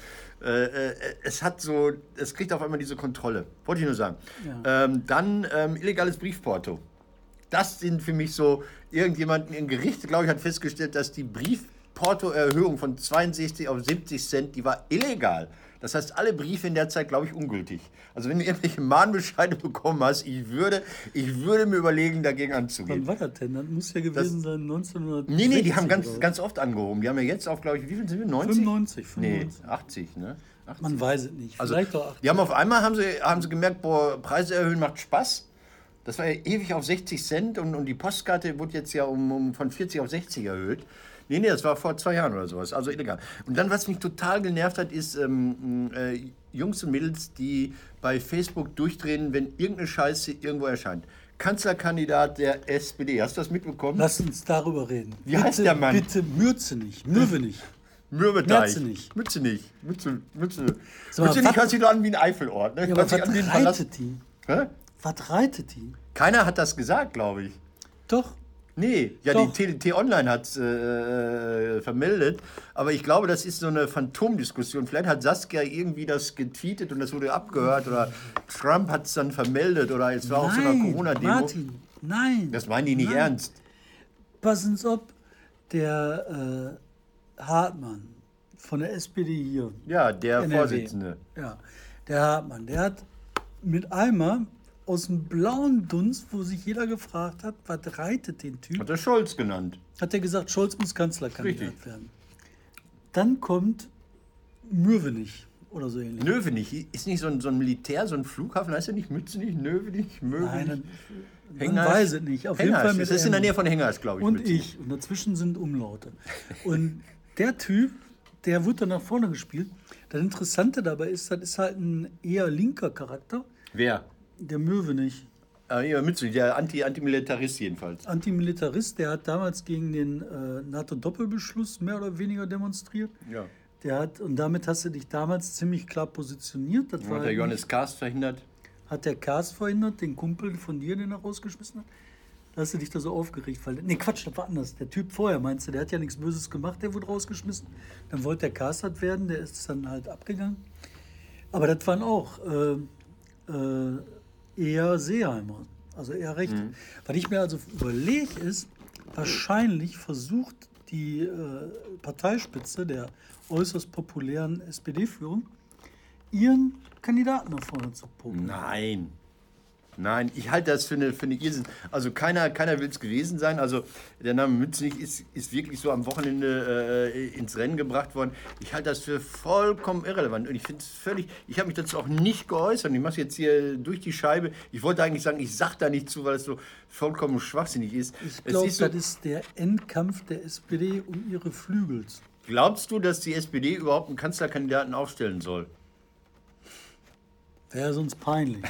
es kriegt auf einmal diese Kontrolle. Wollte ich nur sagen. Ja. Dann illegales Briefporto. Das sind für mich so, ein Gericht, glaube ich, hat festgestellt, dass die Briefporto-Erhöhung von 62 auf 70 Cent, die war illegal. Das heißt, alle Briefe in der Zeit, glaube ich, ungültig. Also wenn du irgendwelche Mahnbescheide bekommen hast, ich würde mir überlegen, dagegen anzugehen. Wann war das denn? Das muss ja gewesen sein 1960. Nee, die haben ganz oft angehoben. Die haben ja jetzt auf, glaube ich, wie viel sind wir? 90? 95. Nee, 80, ne? 80. Man weiß es nicht. Also, vielleicht auch 80. Die haben auf einmal haben sie gemerkt, boah, Preise erhöhen macht Spaß. Das war ja ewig auf 60 Cent und die Postkarte wurde jetzt ja von 40 auf 60 erhöht. Nee, das war vor 2 Jahren oder sowas, also illegal. Und dann, was mich total genervt hat, ist Jungs und Mädels, die bei Facebook durchdrehen, wenn irgendeine Scheiße irgendwo erscheint. Kanzlerkandidat der SPD, hast du das mitbekommen? Lass uns darüber reden. Wie heißt der Mann? Bitte Mürze nicht, Mürwe nicht. Mürbeteich. Mütze nicht. Mütze nicht. Mütze So, nicht, hört sich doch an wie ein Eifelort. Ne? Ja, aber was reitet die? Hä? Was reitet die? Keiner hat das gesagt, glaube ich. Doch. Nee, ja, Doch. die T-Online hat es vermeldet, aber ich glaube, das ist so eine Phantomdiskussion. Vielleicht hat Saskia irgendwie das getweetet und das wurde abgehört oder Trump hat es dann vermeldet oder es war auf so einer Corona-Demo. Martin, nein. Das meinen die nicht ernst. Passen Sie auf, der Hartmann von der SPD hier. Ja, der NRW. Vorsitzende. Ja, der Hartmann, der hat mit Eimer aus dem blauen Dunst, wo sich jeder gefragt hat, was reitet den Typ, Hat er Scholz genannt. hat er gesagt, Scholz muss Kanzlerkandidat Richtig. werden. Dann kommt Mürwenich oder so ähnlich. Növenich, ist nicht so ein Militär, so ein Flughafen, heißt der nicht Mützenich, Növenich, Nein, man weiß es nicht. Auf jeden Fall mit das ist in der M. Nähe von Hengers, glaube ich. Und Mützenich. ich. Und dazwischen sind Umlaute. Und der Typ, der wird dann nach vorne gespielt. Das Interessante dabei ist, das ist halt ein eher linker Charakter. Wer? Der Möwenich. Ja, Mützenich, der Antimilitarist jedenfalls. Antimilitarist, der hat damals gegen den NATO-Doppelbeschluss mehr oder weniger demonstriert. Ja. Und damit hast du dich damals ziemlich klar positioniert. Das Hat der Johannes Kahrs verhindert? Hat der Kahrs verhindert, den Kumpel von dir, den er rausgeschmissen hat? Da hast du dich da so aufgeregt. Nee, Quatsch, das war anders. Der Typ vorher, meinst du, der hat ja nichts Böses gemacht, der wurde rausgeschmissen. Dann wollte der Kahrs halt werden, der ist dann halt abgegangen. Aber das waren auch eher Seeheimer, also eher Rechte. Was ich mir also überlege, ist, wahrscheinlich versucht die Parteispitze der äußerst populären SPD-Führung, ihren Kandidaten nach vorne zu pumpen. Nein, ich halte das für eine Irrsinn. Also keiner will es gewesen sein. Also der Name Mützenich ist wirklich so am Wochenende ins Rennen gebracht worden. Ich halte das für vollkommen irrelevant. Und ich finde es ich habe mich dazu auch nicht geäußert. Ich mache es jetzt hier durch die Scheibe. Ich wollte eigentlich sagen, ich sage da nicht zu, weil es so vollkommen schwachsinnig ist. Ich glaube, das ist der Endkampf der SPD um ihre Flügels. Glaubst du, dass die SPD überhaupt einen Kanzlerkandidaten aufstellen soll? Wäre sonst peinlich.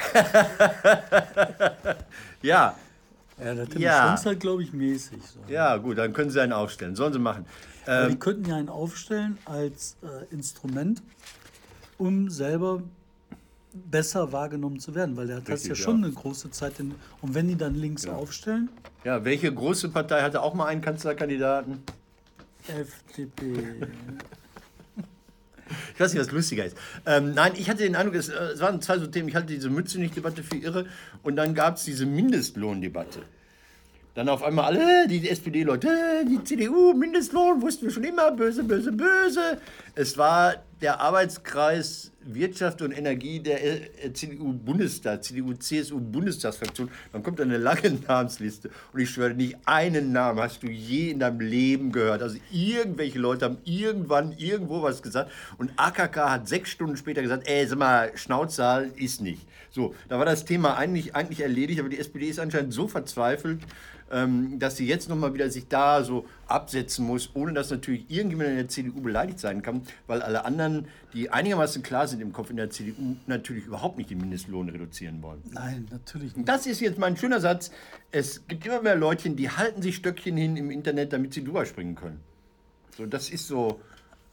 Ja. Ja, das ist sonst halt, glaube ich, mäßig. So. Ja, gut, dann können sie einen aufstellen. Sollen sie machen. Die könnten ja einen aufstellen als Instrument, um selber besser wahrgenommen zu werden, weil der hat das ja schon eine große Zeit. Und wenn die dann links aufstellen? Ja, welche große Partei hatte auch mal einen Kanzlerkandidaten? FDP. Ich weiß nicht, was lustiger ist. Nein, ich hatte den Eindruck, es waren zwei so Themen. Ich halte diese Mützenich-Debatte für irre und dann gab es diese Mindestlohndebatte. Dann auf einmal alle, die SPD-Leute, die CDU, Mindestlohn, wussten wir schon immer, böse, böse, böse. Es war der Arbeitskreis Wirtschaft und Energie der CDU-Bundestag, CDU-CSU-Bundestagsfraktion. Dann kommt eine lange Namensliste und ich schwöre, nicht einen Namen hast du je in deinem Leben gehört. Also irgendwelche Leute haben irgendwann irgendwo was gesagt und AKK hat 6 Stunden später gesagt, sag mal, Schnauze ist nicht. So, da war das Thema eigentlich erledigt, aber die SPD ist anscheinend so verzweifelt, dass sie jetzt nochmal wieder sich da so absetzen muss, ohne dass natürlich irgendjemand in der CDU beleidigt sein kann, weil alle anderen, die einigermaßen klar sind im Kopf in der CDU, natürlich überhaupt nicht den Mindestlohn reduzieren wollen. Nein, natürlich nicht. Das ist jetzt mein schöner Satz. Es gibt immer mehr Leutchen, die halten sich Stöckchen hin im Internet, damit sie drüber springen können. So, das ist so...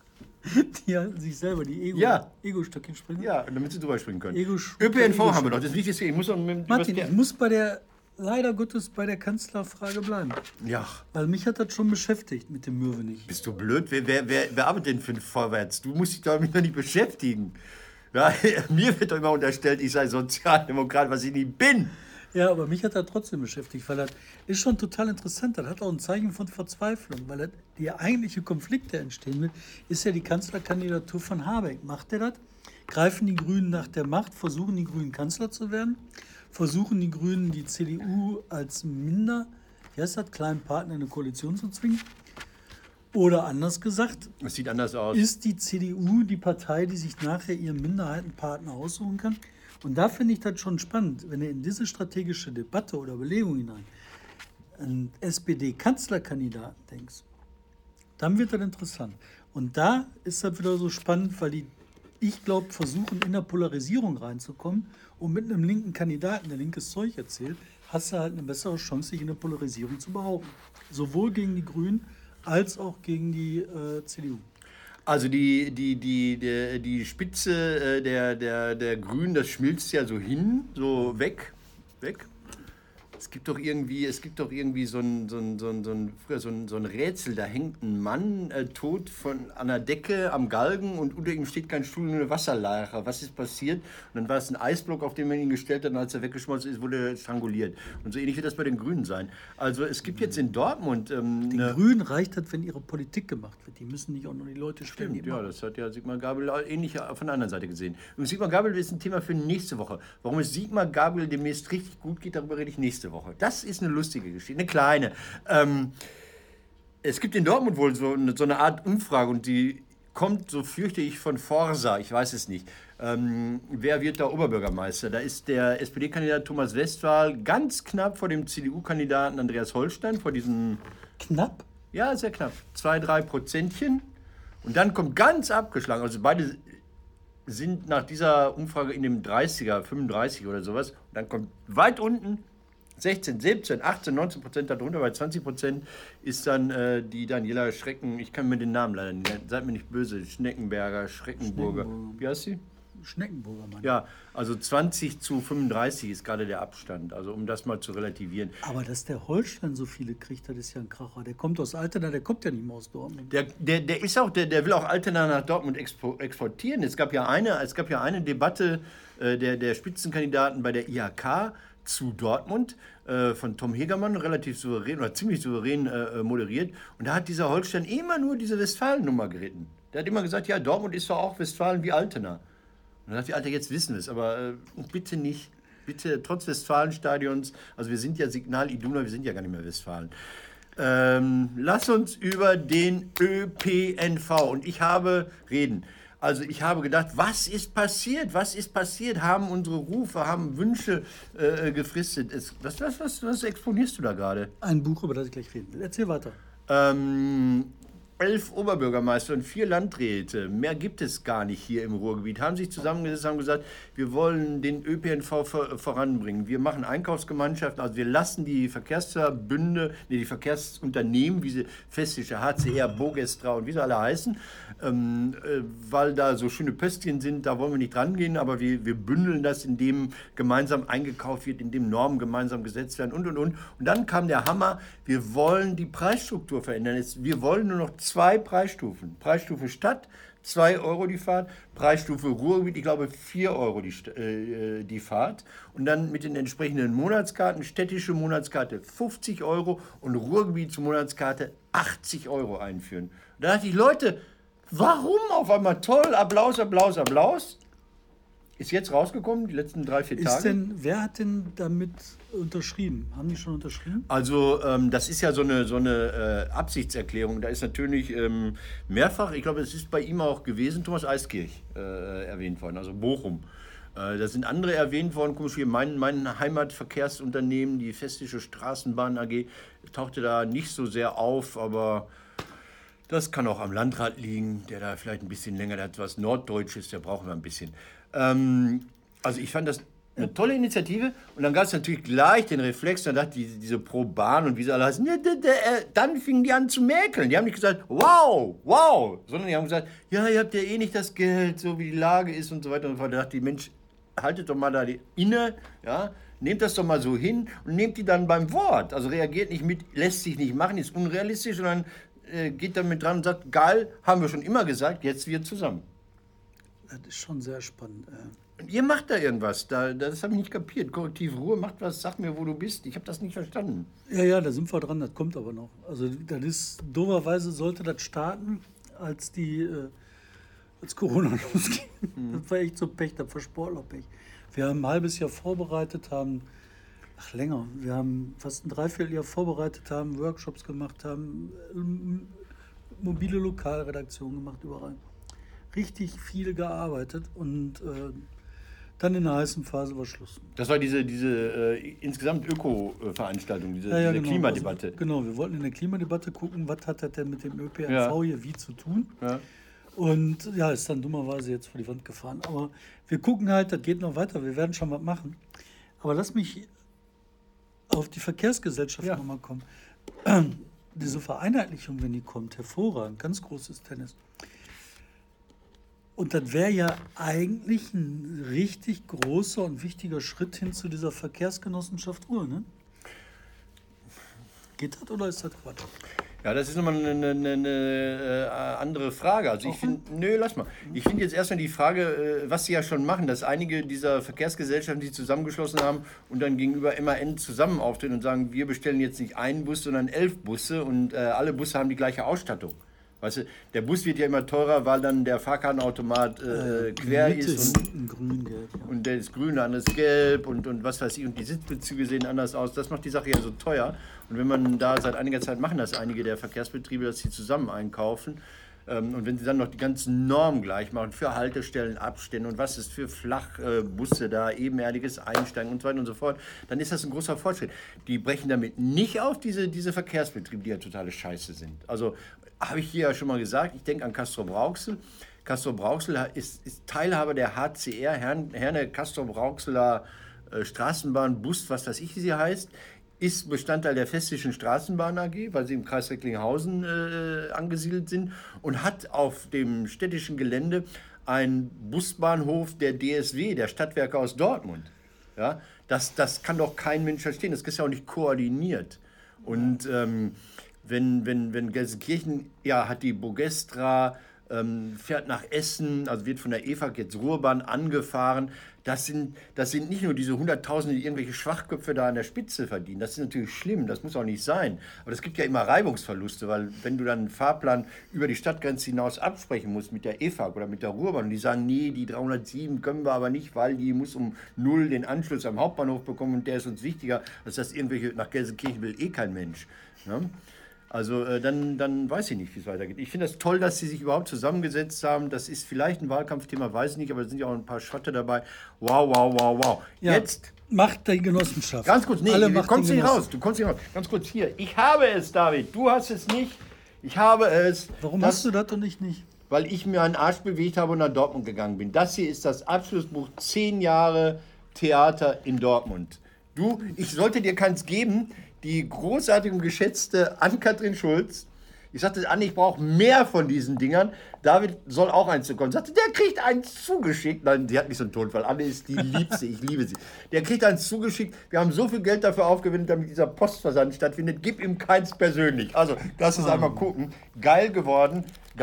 Die halten sich selber die Ego-Stöckchen springen. Ja, damit sie drüber springen können. ÖPNV haben wir doch, das Wichtigste. Ich muss noch mit Martin, ich muss leider Gottes bei der Kanzlerfrage bleiben. Ja. Weil mich hat das schon beschäftigt mit dem Möwenich. Bist du blöd? Wer arbeitet denn für den Vorwärts? Du musst dich damit noch nicht beschäftigen. Ja, mir wird doch immer unterstellt, ich sei Sozialdemokrat, was ich nicht bin. Ja, aber mich hat das trotzdem beschäftigt, weil das ist schon total interessant. Das hat auch ein Zeichen von Verzweiflung, weil der eigentliche Konflikt, der entstehen will, ist ja die Kanzlerkandidatur von Habeck. Macht er das? Greifen die Grünen nach der Macht, versuchen die Grünen Kanzler zu werden? Versuchen die Grünen die CDU als kleinen Partner in eine Koalition zu zwingen? Oder anders gesagt, es sieht anders aus. Ist die CDU die Partei, die sich nachher ihren Minderheitenpartner aussuchen kann? Und da finde ich das schon spannend, wenn du in diese strategische Debatte oder Überlegung hinein einen SPD-Kanzlerkandidaten denkst, dann wird das interessant. Und da ist das wieder so spannend, weil ich glaube, versuchen in der Polarisierung reinzukommen und mit einem linken Kandidaten, der linkes Zeug erzählt, hast du halt eine bessere Chance, sich in der Polarisierung zu behaupten. Sowohl gegen die Grünen als auch gegen die CDU. Also die Spitze der Grünen, das schmilzt ja so hin, so weg. Es gibt doch irgendwie so ein Rätsel, da hängt ein Mann tot an der Decke am Galgen und unter ihm steht kein Stuhl, nur eine Wasserlache. Was ist passiert? Und dann war es ein Eisblock, auf den man ihn gestellt hat und als er weggeschmolzen ist, wurde er stranguliert. Und so ähnlich wird das bei den Grünen sein. Also es gibt jetzt in Dortmund... Den Grünen reicht das, wenn ihre Politik gemacht wird. Die müssen nicht auch nur die Leute stellen. Stimmt, ja, das hat ja Sigmar Gabriel ähnlich von der anderen Seite gesehen. Und Sigmar Gabriel ist ein Thema für nächste Woche. Warum es Sigmar Gabriel demnächst richtig gut geht, darüber rede ich nächste Woche. Das ist eine lustige Geschichte, eine kleine. Es gibt in Dortmund wohl so eine Art Umfrage und die kommt, so fürchte ich, von Forsa, ich weiß es nicht. Wer wird da Oberbürgermeister? Da ist der SPD-Kandidat Thomas Westphal ganz knapp vor dem CDU-Kandidaten Andreas Holstein, vor diesen... Knapp? Ja, sehr knapp. 2-3 Prozentchen. Und dann kommt ganz abgeschlagen, also beide sind nach dieser Umfrage in dem 30er, 35 oder sowas. Und dann kommt weit unten 16, 17, 18, 19% darunter, bei 20% ist dann die Daniela Schrecken, ich kann mir den Namen leider nicht, seid mir nicht böse, Schneckenberger, Schreckenburger. Wie heißt sie? Schneckenburger, Mann. Ja, also 20-35 ist gerade der Abstand, also um das mal zu relativieren. Aber dass der Holstein so viele kriegt, das ist ja ein Kracher. Der kommt aus Altena, der kommt ja nicht mehr aus Dortmund. Der ist auch, der will auch Altena nach Dortmund exportieren. Es gab ja eine Debatte der Spitzenkandidaten bei der IHK zu Dortmund von Tom Hegermann, relativ souverän oder ziemlich souverän moderiert. Und da hat dieser Holstein immer nur diese Westfalen-Nummer geritten. Der hat immer gesagt, ja, Dortmund ist doch auch Westfalen wie Altena. Und dann dachte ich, Alter, jetzt wissen wir es, aber bitte nicht. Bitte, trotz Westfalenstadions, also wir sind ja Signal Iduna, wir sind ja gar nicht mehr Westfalen. Lass uns über den ÖPNV und ich habe gedacht, was ist passiert? Was ist passiert? Haben unsere Rufe, haben Wünsche gefristet? Was exponierst du da gerade? Ein Buch, über das ich gleich reden will. Erzähl weiter. 11 Oberbürgermeister und 4 Landräte, mehr gibt es gar nicht hier im Ruhrgebiet, haben sich zusammengesetzt, haben gesagt, wir wollen den ÖPNV voranbringen. Wir machen Einkaufsgemeinschaften, also wir lassen die Verkehrsverbünde, die Verkehrsunternehmen, wie sie Festische, HCR, Bogestra und wie sie alle heißen, weil da so schöne Pöstchen sind, da wollen wir nicht dran gehen, aber wir bündeln das, indem gemeinsam eingekauft wird, indem Normen gemeinsam gesetzt werden und. Und dann kam der Hammer, wir wollen die Preisstruktur verändern. Wir wollen nur noch 2 Preisstufen. Preisstufe Stadt, 2 Euro die Fahrt. Preisstufe Ruhrgebiet, ich glaube 4 Euro die Fahrt. Und dann mit den entsprechenden Monatskarten, städtische Monatskarte 50 Euro und Ruhrgebietsmonatskarte 80 Euro einführen. Und da dachte ich, Leute, warum auf einmal toll? Applaus, Applaus, Applaus. Ist jetzt rausgekommen, die letzten 3-4 Tage. Wer hat denn damit unterschrieben? Haben die schon unterschrieben? Also das ist ja so eine Absichtserklärung. Da ist natürlich mehrfach, ich glaube, es ist bei ihm auch gewesen, Thomas Eiskirch erwähnt worden, also Bochum. Da sind andere erwähnt worden, komisch wie mein Heimatverkehrsunternehmen, die Festische Straßenbahn AG, tauchte da nicht so sehr auf, aber das kann auch am Landrat liegen, der da vielleicht ein bisschen länger, der hat was Norddeutsches, der braucht immer ein bisschen. Also ich fand das eine tolle Initiative und dann gab es natürlich gleich den Reflex, dann dachte ich, diese Pro Bahn und wie sie alle heißen, dann fingen die an zu mäkeln. Die haben nicht gesagt, wow, sondern die haben gesagt, ja, ihr habt ja eh nicht das Geld, so wie die Lage ist und so weiter und so fort. Da dachte ich, Mensch, haltet doch mal da inne, ja, nehmt das doch mal so hin und nehmt die dann beim Wort. Also reagiert nicht mit, lässt sich nicht machen, ist unrealistisch, sondern geht damit dran und sagt, geil, haben wir schon immer gesagt, jetzt wir zusammen. Das ist schon sehr spannend. Und ihr macht da irgendwas, das habe ich nicht kapiert. Korrektiv Ruhe macht was, sag mir, wo du bist. Ich habe das nicht verstanden. Ja, da sind wir dran, das kommt aber noch. Also das ist, dooferweise sollte das starten, als Corona losging. Das war echt so Pech, das war Sportlerpech. Wir haben ein halbes Jahr vorbereitet, länger. Wir haben fast ein Dreivierteljahr vorbereitet, haben Workshops gemacht, haben mobile Lokalredaktionen gemacht, überall. Richtig viel gearbeitet und dann in der heißen Phase war Schluss. Das war diese insgesamt Öko-Veranstaltung, diese genau. Klimadebatte. Also, genau, wir wollten in der Klimadebatte gucken, was hat das denn mit dem ÖPNV hier wie zu tun. Ja. Und ja, ist dann dummerweise jetzt vor die Wand gefahren. Aber wir gucken halt, das geht noch weiter, wir werden schon was machen. Aber lass mich auf die Verkehrsgesellschaft nochmal kommen. Diese Vereinheitlichung, wenn die kommt, hervorragend, ganz großes Tennis. Und das wäre ja eigentlich ein richtig großer und wichtiger Schritt hin zu dieser Verkehrsgenossenschaft Ruhr, ne? Geht das oder ist das Quatsch? Ja, das ist nochmal eine andere Frage. Also ich finde, lass mal. Ich finde jetzt erstmal die Frage, was sie ja schon machen, dass einige dieser Verkehrsgesellschaften sich zusammengeschlossen haben und dann gegenüber MAN zusammen auftreten und sagen, wir bestellen jetzt nicht einen Bus, sondern 11 Busse und alle Busse haben die gleiche Ausstattung. Weißt du, der Bus wird ja immer teurer, weil dann der Fahrkartenautomat quer ist und grün-gelb. Ja. Und der ist grün, der andere ist gelb und was weiß ich. Und die Sitzbezüge sehen anders aus. Das macht die Sache ja so teuer. Und wenn man da seit einiger Zeit machen das einige der Verkehrsbetriebe, dass sie zusammen einkaufen, Und wenn sie dann noch die ganzen Normen gleich machen für Haltestellen, Abstände und was ist für Flachbusse da, ebenerdiges Einsteigen und so weiter und so fort, dann ist das ein großer Fortschritt. Die brechen damit nicht auf diese Verkehrsbetriebe, die ja totale Scheiße sind. Also habe ich hier ja schon mal gesagt, ich denke an Castrop-Rauxel. Castrop-Rauxel ist Teilhaber der HCR, Herne Castrop-Rauxeler Straßenbahn, Bus, was weiß ich, wie sie heißt, ist Bestandteil der Festischen Straßenbahn AG, weil sie im Kreis Recklinghausen angesiedelt sind und hat auf dem städtischen Gelände einen Busbahnhof der DSW, der Stadtwerke aus Dortmund. Ja, das kann doch kein Mensch verstehen, das ist ja auch nicht koordiniert. Und wenn Gelsenkirchen, ja, hat die Bogestra, fährt nach Essen, also wird von der EFAG jetzt Ruhrbahn angefahren. Das sind nicht nur diese Hunderttausende, die irgendwelche Schwachköpfe da an der Spitze verdienen. Das ist natürlich schlimm, das muss auch nicht sein. Aber es gibt ja immer Reibungsverluste, weil wenn du dann einen Fahrplan über die Stadtgrenze hinaus absprechen musst mit der EFAG oder mit der Ruhrbahn und die sagen, nee, die 307 können wir aber nicht, weil die muss um 0 den Anschluss am Hauptbahnhof bekommen und der ist uns wichtiger, als dass irgendwelche nach Gelsenkirchen will kein Mensch. Ne? Also dann weiß ich nicht, wie es weitergeht. Ich finde das toll, dass sie sich überhaupt zusammengesetzt haben. Das ist vielleicht ein Wahlkampfthema, weiß ich nicht, aber es sind ja auch ein paar Schotte dabei. Wow, wow, wow, wow. Ja, jetzt macht die Genossenschaft. ganz kurz, nee, Alle du kommst nicht raus. Ganz kurz, hier. Ich habe es, David. Du hast es nicht. Ich habe es. Warum hast du das und ich nicht? Weil ich mir einen Arsch bewegt habe und nach Dortmund gegangen bin. Das hier ist das Abschlussbuch 10 Jahre Theater in Dortmund. Ich sollte dir keins geben. Die großartige und geschätzte Ann-Kathrin Schulz. Ich sagte, Anne, ich brauche mehr von diesen Dingern. David soll auch eins bekommen. Sagte, der kriegt eins zugeschickt. Nein, die hat nicht so einen Tonfall. Anne ist die Liebste, ich liebe sie. Der kriegt eins zugeschickt. Wir haben so viel Geld dafür aufgewendet, damit dieser Postversand stattfindet. Gib ihm keins persönlich. Also, lass uns einmal gucken. Geil geworden.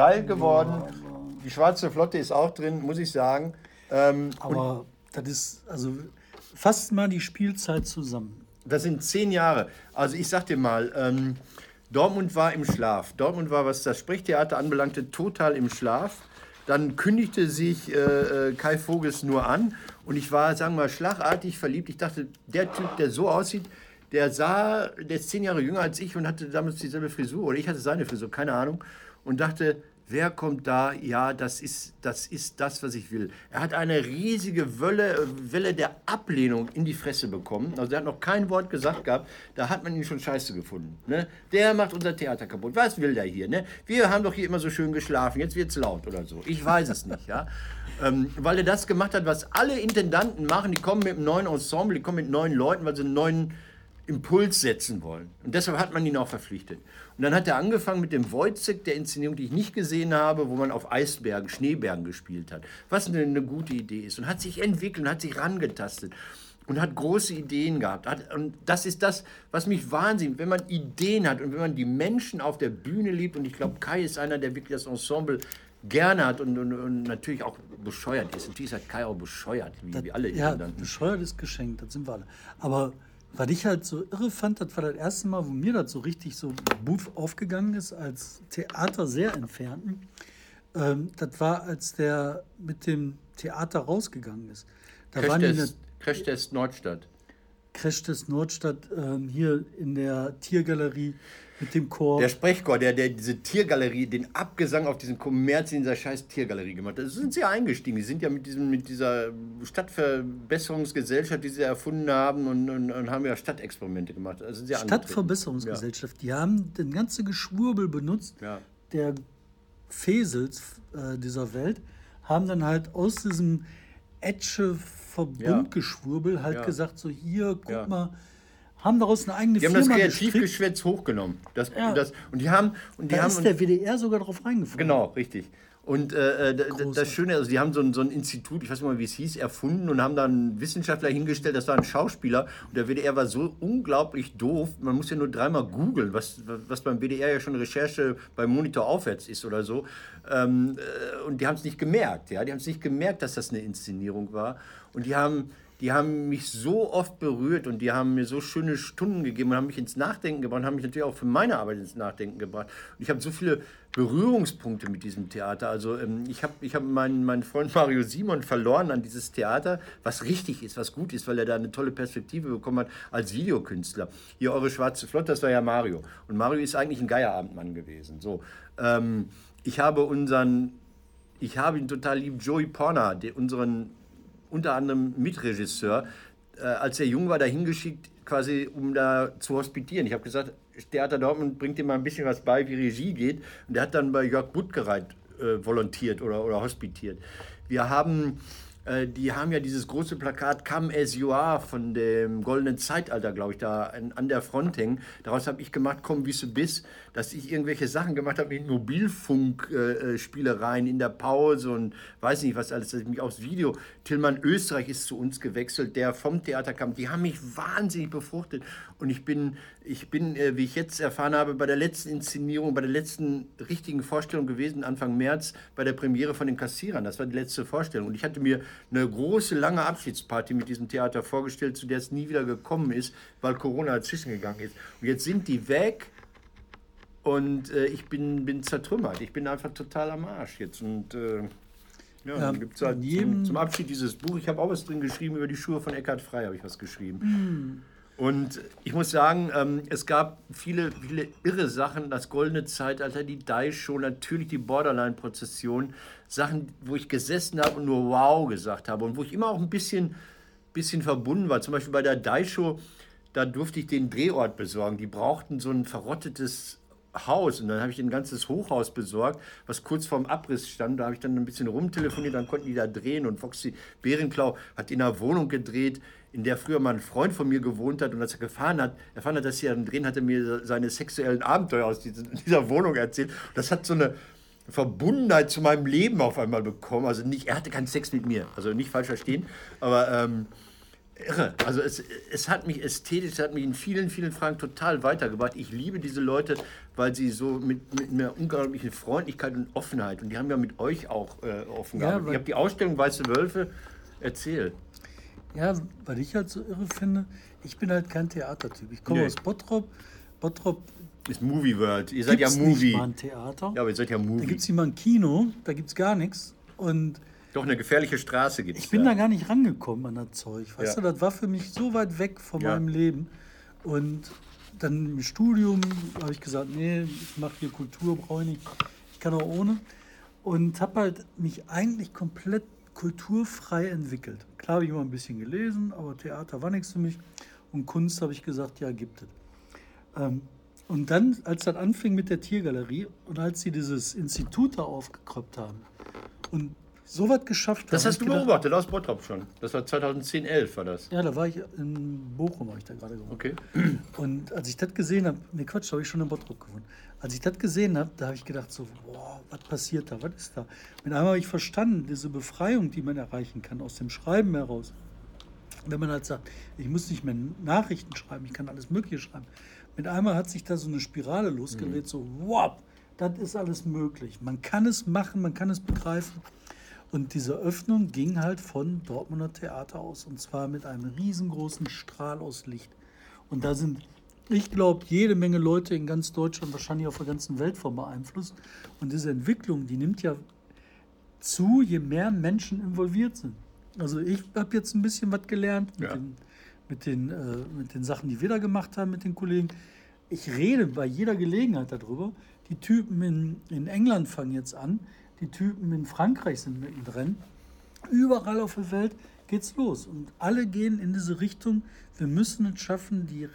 Die Schwarze Flotte ist auch drin, muss ich sagen. Aber das ist, also, fasst mal die Spielzeit zusammen. Das sind 10 Jahre. Also ich sag dir mal, Dortmund war im Schlaf. Dortmund war, was das Sprechtheater anbelangte, total im Schlaf. Dann kündigte sich Kai Voges nur an und ich war, sagen wir mal, schlagartig verliebt. Ich dachte, der Typ, der so aussieht, der ist 10 Jahre jünger als ich und hatte damals dieselbe Frisur. Oder ich hatte seine Frisur, keine Ahnung. Und dachte, wer kommt da? Ja, das ist das, was ich will. Er hat eine riesige Welle der Ablehnung in die Fresse bekommen. Also er hat noch kein Wort gesagt gehabt. Da hat man ihn schon scheiße gefunden. Ne? Der macht unser Theater kaputt. Was will der hier? Ne? Wir haben doch hier immer so schön geschlafen. Jetzt wird's laut oder so. Ich weiß es nicht. Ja? Weil er das gemacht hat, was alle Intendanten machen. Die kommen mit einem neuen Ensemble, die kommen mit neuen Leuten, weil sie einen neuen Impuls setzen wollen. Und deshalb hat man ihn auch verpflichtet. Und dann hat er angefangen mit dem Wojciech, der Inszenierung, die ich nicht gesehen habe, wo man auf Eisbergen, Schneebergen gespielt hat. Was eine gute Idee ist. Und hat sich entwickelt und hat sich rangetastet. Und hat große Ideen gehabt. Und das ist das, was mich wahnsinnig, wenn man Ideen hat und wenn man die Menschen auf der Bühne liebt. Und ich glaube, Kai ist einer, der wirklich das Ensemble gerne hat und natürlich auch bescheuert ist. Natürlich ist halt Kai auch bescheuert, wie alle Intendanten. Ja, bescheuert ist geschenkt, das sind wir alle. Aber was ich halt so irre fand, das war das erste Mal, wo mir das so richtig so Buff aufgegangen ist, als Theater sehr Entfernten. Das war, als der mit dem Theater rausgegangen ist. Da waren die Crashtest Nordstadt. Crashtest Nordstadt, hier in der Tiergalerie mit dem Chor. Der Sprechchor, der diese Tiergalerie, den Abgesang auf diesen Kommerz in dieser scheiß Tiergalerie gemacht hat. Da sind sie ja eingestiegen. Die sind ja mit dieser Stadtverbesserungsgesellschaft, die sie erfunden haben und haben ja Stadtexperimente gemacht. Also Stadtverbesserungsgesellschaft, die haben den ganzen Geschwurbel benutzt, der Fesels dieser Welt, haben dann halt aus diesem Verbundgeschwurbel halt gesagt, so hier, guck mal, haben daraus eine eigene Firma gestrickt. Die haben das Kreativgeschwätz hochgenommen. Und die haben der WDR sogar drauf reingefallen. Genau, richtig. Und das Schöne, also die haben so ein Institut, ich weiß nicht mal, wie es hieß, erfunden und haben dann einen Wissenschaftler hingestellt, das war ein Schauspieler. Und der WDR war so unglaublich doof, man muss ja nur 3-mal googeln, was beim WDR ja schon Recherche beim Monitor aufwärts ist oder so. Und die haben es nicht gemerkt, ja, die haben es nicht gemerkt, dass das eine Inszenierung war. Und die haben mich so oft berührt und die haben mir so schöne Stunden gegeben und haben mich ins Nachdenken gebracht und haben mich natürlich auch für meine Arbeit ins Nachdenken gebracht. Und ich habe so viele Berührungspunkte mit diesem Theater. Also ich hab meinen Freund Mario Simon verloren an dieses Theater, was richtig ist, was gut ist, weil er da eine tolle Perspektive bekommen hat als Videokünstler. Hier eure Schwarze Flotte, das war ja Mario. Und Mario ist eigentlich ein Geierabendmann gewesen. So. ich habe ihn total lieb, Joey Porner, unseren unter anderem Mitregisseur, als er jung war, dahin geschickt, quasi um da zu hospitieren. Ich habe gesagt, Theater Dortmund bringt ihm mal ein bisschen was bei, wie Regie geht. Und der hat dann bei Jörg Buttgereit volontiert oder hospitiert. Die haben ja dieses große Plakat Come As You Are von dem Goldenen Zeitalter, glaube ich, da an der Front hängen. Daraus habe ich gemacht, komm wie du bist, dass ich irgendwelche Sachen gemacht habe mit Mobilfunkspielereien in der Pause und weiß nicht was alles, dass ich mich aufs Video. Tillmann Österreich ist zu uns gewechselt, der vom Theater kam. Die haben mich wahnsinnig befruchtet und ich bin, wie ich jetzt erfahren habe, bei der letzten Inszenierung, bei der letzten richtigen Vorstellung gewesen, Anfang März, bei der Premiere von den Kassierern. Das war die letzte Vorstellung und ich hatte mir eine große, lange Abschiedsparty mit diesem Theater vorgestellt, zu der es nie wieder gekommen ist, weil Corona dazwischen gegangen ist. Und jetzt sind die weg und ich bin zertrümmert. Ich bin einfach total am Arsch jetzt. Und dann gibt es halt zum Abschied dieses Buch. Ich habe auch was drin geschrieben über die Schuhe von Eckhard Frey, habe ich was geschrieben. Und ich muss sagen, es gab viele, viele irre Sachen, das Goldene Zeitalter, die Daisho, natürlich die Borderline-Prozession, Sachen, wo ich gesessen habe und nur wow gesagt habe und wo ich immer auch ein bisschen verbunden war. Zum Beispiel bei der Daisho, da durfte ich den Drehort besorgen. Die brauchten so ein verrottetes Haus und dann habe ich ein ganzes Hochhaus besorgt, was kurz vorm Abriss stand. Da habe ich dann ein bisschen rumtelefoniert, dann konnten die da drehen und Foxy Berenklau hat in einer Wohnung gedreht, in der früher mal ein Freund von mir gewohnt hat und als er erfahren hat, dass sie dann drehen, hat er mir seine sexuellen Abenteuer aus dieser Wohnung erzählt. Das hat so eine Verbundenheit zu meinem Leben auf einmal bekommen. Also nicht, er hatte keinen Sex mit mir, also nicht falsch verstehen, aber irre. Also es hat mich ästhetisch, es hat mich in vielen, vielen Fragen total weitergebracht. Ich liebe diese Leute, weil sie so mit einer unglaublichen Freundlichkeit und Offenheit, und die haben ja mit euch auch offen gearbeitet. Ich habe die Ausstellung Weiße Wölfe erzählt. Ja, weil ich halt so irre finde, ich bin halt kein Theatertyp. Ich komme aus Bottrop. Bottrop ist Movie World. Ihr seid ja Movie. Nicht mal ein Theater. Ja, aber ihr seid ja Movie. Da gibt es nicht mal ein Kino, da gibt es gar nichts. Und doch, eine gefährliche Straße gibt es. Ich bin da gar nicht rangekommen an das Zeug. Weißt du, das war für mich so weit weg von meinem Leben. Und dann im Studium habe ich gesagt, nee, ich mache hier Kultur, brauche ich nicht. Ich kann auch ohne. Und habe halt mich eigentlich komplett kulturfrei entwickelt. Klar habe ich immer ein bisschen gelesen, aber Theater war nichts für mich. Und Kunst habe ich gesagt, ja, gibt es. Und dann, als das anfing mit der Tiergalerie und als sie dieses Institut da aufgekröpft haben und so was geschafft haben. Das hast du beobachtet aus Bottrop schon. Das war 2010, 11 war das. Ja, da war ich in Bochum, habe ich da gerade gewohnt. Okay. Und als ich das gesehen habe, da habe ich schon in Bottrop gewohnt. Als ich das gesehen habe, da habe ich gedacht so, boah, was passiert da, was ist da? Mit einmal habe ich verstanden, diese Befreiung, die man erreichen kann aus dem Schreiben heraus. Wenn man halt sagt, ich muss nicht mehr Nachrichten schreiben, ich kann alles Mögliche schreiben. Mit einmal hat sich da so eine Spirale losgedreht, so, wow, das ist alles möglich. Man kann es machen, man kann es begreifen. Und diese Öffnung ging halt von Dortmunder Theater aus. Und zwar mit einem riesengroßen Strahl aus Licht. Und da sind, ich glaube, jede Menge Leute in ganz Deutschland, wahrscheinlich auf der ganzen Welt von beeinflusst. Und diese Entwicklung, die nimmt ja zu, je mehr Menschen involviert sind. Also ich habe jetzt ein bisschen was gelernt mit den Sachen, die wir da gemacht haben mit den Kollegen. Ich rede bei jeder Gelegenheit darüber. Die Typen in England fangen jetzt an. Die Typen in Frankreich sind mittendrin. Überall auf der Welt geht's los. Und alle gehen in diese Richtung. Wir müssen es schaffen, die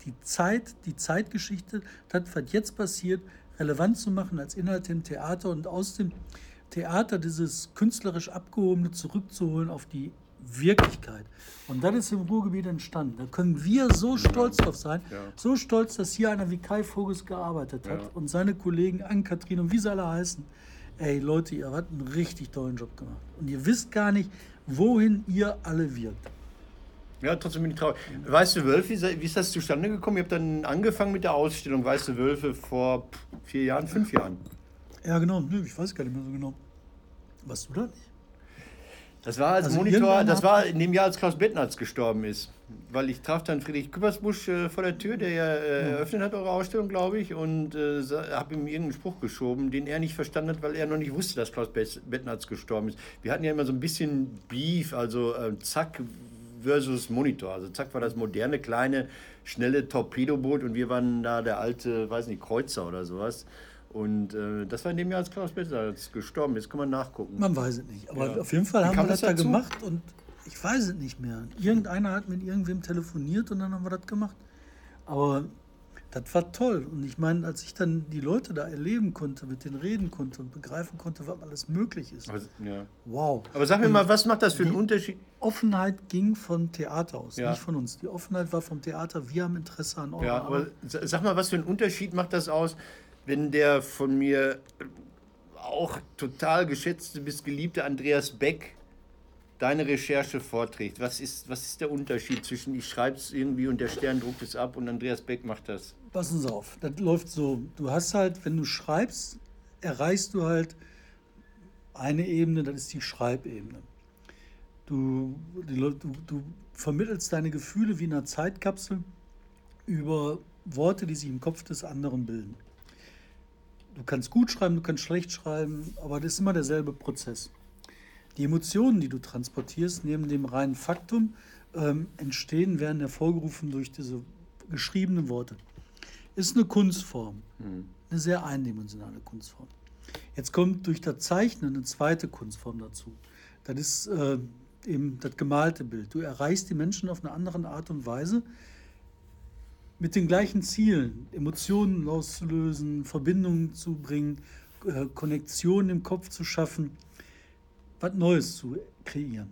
Zeitgeschichte, das, was jetzt passiert, relevant zu machen als Inhalt im Theater und aus dem Theater dieses künstlerisch Abgehobene zurückzuholen auf die Wirklichkeit. Und das ist im Ruhrgebiet entstanden. Da können wir so stolz drauf sein. Ja. So stolz, dass hier einer wie Kai Voges gearbeitet hat und seine Kollegen Ann-Kathrin und wie sie alle heißen. Ey Leute, ihr habt einen richtig tollen Job gemacht. Und ihr wisst gar nicht, wohin ihr alle wirkt. Ja, trotzdem bin ich traurig. Weiße Wölfe, wie ist das zustande gekommen? Ihr habt dann angefangen mit der Ausstellung Weiße Wölfe vor 4 Jahren, 5 Jahren. Ja, genau. Ich weiß gar nicht mehr so genau. Warst du da nicht? Das war als Monitor, das war in dem Jahr, als Klaus Bettnarz gestorben ist. Weil ich traf dann Friedrich Küppersbusch vor der Tür, der ja eröffnet hat eure Ausstellung, glaube ich, und habe ihm irgendeinen Spruch geschoben, den er nicht verstanden hat, weil er noch nicht wusste, dass Klaus Bettnarz gestorben ist. Wir hatten ja immer so ein bisschen Beef, also Zack versus Monitor. Also Zack war das moderne, kleine, schnelle Torpedoboot und wir waren da der alte, weiß nicht, Kreuzer oder sowas. Und das war in dem Jahr, als Klaus Betzelder gestorben ist. Kann man nachgucken. Man weiß es nicht. Aber auf jeden Fall haben wir das da gemacht und ich weiß es nicht mehr. Irgendeiner hat mit irgendwem telefoniert und dann haben wir das gemacht. Aber das war toll. Und ich meine, als ich dann die Leute da erleben konnte, mit denen reden konnte und begreifen konnte, was alles möglich ist. Aber, ja. Wow. Aber sag mir mal, was macht das für einen Unterschied? Offenheit ging vom Theater aus, nicht von uns. Die Offenheit war vom Theater. Wir haben Interesse an eurer Arbeit. Aber sag mal, was für einen Unterschied macht das aus, wenn der von mir auch total geschätzte bis geliebte Andreas Beck deine Recherche vorträgt? Was ist der Unterschied zwischen ich schreibe es irgendwie und der Stern druckt es ab und Andreas Beck macht das? Passen Sie auf, das läuft so. Du hast halt, wenn du schreibst, erreichst du halt eine Ebene, das ist die Schreibebene. Du vermittelst deine Gefühle wie in einer Zeitkapsel über Worte, die sich im Kopf des anderen bilden. Du kannst gut schreiben, du kannst schlecht schreiben, aber das ist immer derselbe Prozess. Die Emotionen, die du transportierst, neben dem reinen Faktum, entstehen, werden hervorgerufen durch diese geschriebenen Worte. Ist eine Kunstform, eine sehr eindimensionale Kunstform. Jetzt kommt durch das Zeichnen eine zweite Kunstform dazu. Das ist eben das gemalte Bild. Du erreichst die Menschen auf eine andere Art und Weise mit den gleichen Zielen, Emotionen auszulösen, Verbindungen zu bringen, Konnektionen im Kopf zu schaffen, was Neues zu kreieren.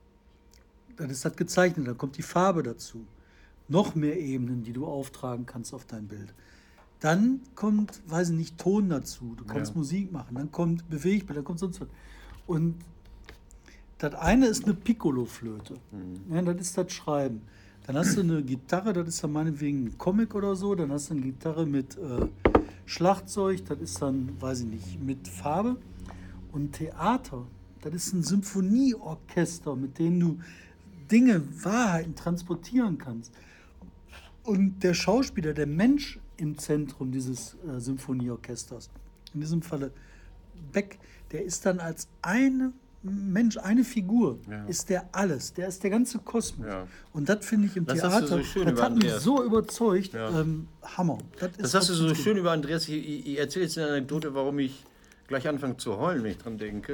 Das ist das Gezeichnete, da kommt die Farbe dazu. Noch mehr Ebenen, die du auftragen kannst auf dein Bild. Dann kommt, weiß ich nicht, Ton dazu. Du kannst Musik machen, dann kommt Bewegbild, dann kommt sonst was. Und das eine ist eine Piccolo-Flöte. Ja, das ist das Schreiben. Dann hast du eine Gitarre, das ist dann meinetwegen ein Comic oder so. Dann hast du eine Gitarre mit Schlagzeug, das ist dann, weiß ich nicht, mit Farbe. Und Theater, das ist ein Symphonieorchester, mit dem du Dinge, Wahrheiten transportieren kannst. Und der Schauspieler, der Mensch im Zentrum dieses Symphonieorchesters, in diesem Falle Beck, der ist dann als eine Mensch, eine Figur, ist der alles, der ist der ganze Kosmos. Ja. Und das finde ich im Theater, das hat mich so überzeugt, Hammer. Das hast du so schön über Andreas. Ich erzähle jetzt eine Anekdote, warum ich gleich anfange zu heulen, wenn ich dran denke.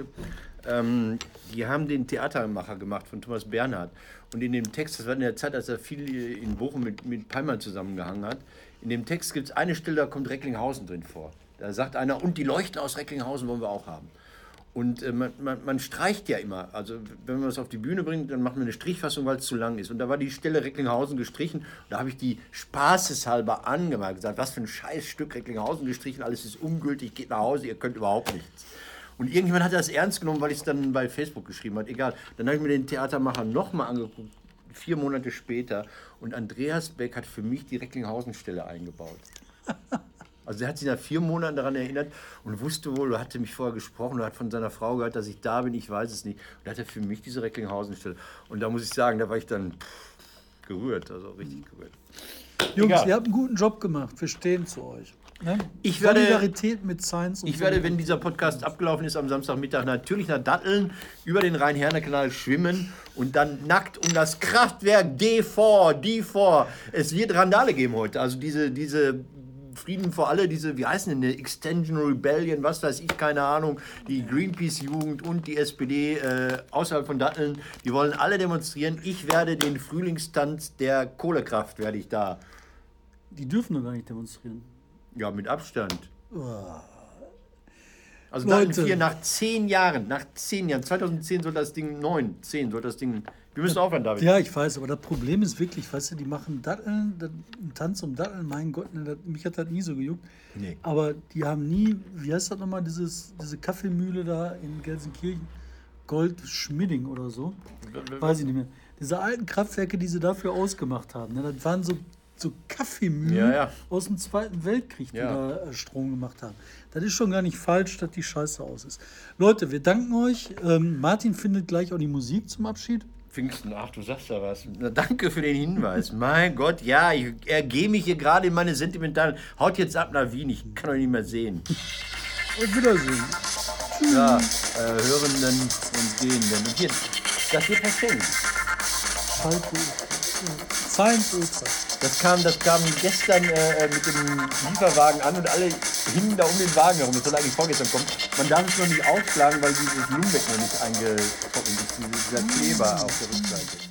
Die haben den Theatermacher gemacht von Thomas Bernhard. Und in dem Text, das war in der Zeit, als er viel in Bochum mit Pallmann zusammengehangen hat, in dem Text gibt es eine Stelle, da kommt Recklinghausen drin vor. Da sagt einer, und die Leuchten aus Recklinghausen wollen wir auch haben. Und man streicht ja immer. Also wenn man es auf die Bühne bringt, dann macht man eine Strichfassung, weil es zu lang ist. Und da war die Stelle Recklinghausen gestrichen. Und da habe ich die spaßeshalber angemalt, gesagt, was für ein Scheißstück Recklinghausen gestrichen, alles ist ungültig, geht nach Hause, ihr könnt überhaupt nichts. Und irgendjemand hat das ernst genommen, weil ich es dann bei Facebook geschrieben habe. Egal. Dann habe ich mir den Theatermacher nochmal angeguckt, 4 Monate später. Und Andreas Beck hat für mich die Recklinghausen-Stelle eingebaut. Also er hat sich nach 4 Monaten daran erinnert und wusste wohl, er hatte mich vorher gesprochen, er hat von seiner Frau gehört, dass ich da bin, ich weiß es nicht. Und da hat er für mich diese Recklinghausen-Stelle. Und da muss ich sagen, da war ich dann gerührt, also richtig gerührt. Jungs, ihr habt einen guten Job gemacht, wir stehen zu euch. Ne? Solidarität mit Science und ich werde, wenn dieser Podcast abgelaufen ist, am Samstagmittag natürlich nach Datteln über den Rhein-Herne-Kanal schwimmen und dann nackt um das Kraftwerk D4. Es wird Randale geben heute, also diese Frieden vor alle, wie heißen denn, eine Extension Rebellion, was weiß ich, keine Ahnung, die Greenpeace-Jugend und die SPD außerhalb von Datteln, die wollen alle demonstrieren. Ich werde den Frühlingstanz der Kohlekraft, werde ich da. Die dürfen doch gar nicht demonstrieren. Ja, mit Abstand. Oh. Also Datteln 4 nach 10 Jahren, 2010 soll das Ding, 10 soll das Ding, wir müssen aufhören, David. Ja, ich weiß, aber das Problem ist wirklich, weißt du, die machen Datteln, einen Tanz um Datteln, mein Gott, mich hat das nie so gejuckt. Nee. Aber die haben nie, wie heißt das nochmal, diese Kaffeemühle da in Gelsenkirchen, Goldschmieding oder so, weiß ich nicht mehr. Diese alten Kraftwerke, die sie dafür ausgemacht haben, ne, das waren so Kaffeemühlen aus dem Zweiten Weltkrieg, die da Strom gemacht haben. Das ist schon gar nicht falsch, dass die Scheiße aus ist. Leute, wir danken euch. Martin findet gleich auch die Musik zum Abschied. Pfingsten, ach, du sagst da was. Na, danke für den Hinweis. Mein Gott, ja, ich ergehe mich hier gerade in meine sentimentalen... Haut jetzt ab nach Wien, ich kann euch nicht mehr sehen. Und Wiedersehen. Ja, Hörenden und Gehenden. Und hier, das wird verschenkt. Science Ultra. Das kam gestern mit dem Lieferwagen an und alle hingen da um den Wagen herum. Das soll eigentlich vorgestern kommen. Man darf es noch nicht aufschlagen, weil dieses Lumbeck noch nicht eingetrocknet ist, dieser Kleber auf der Rückseite.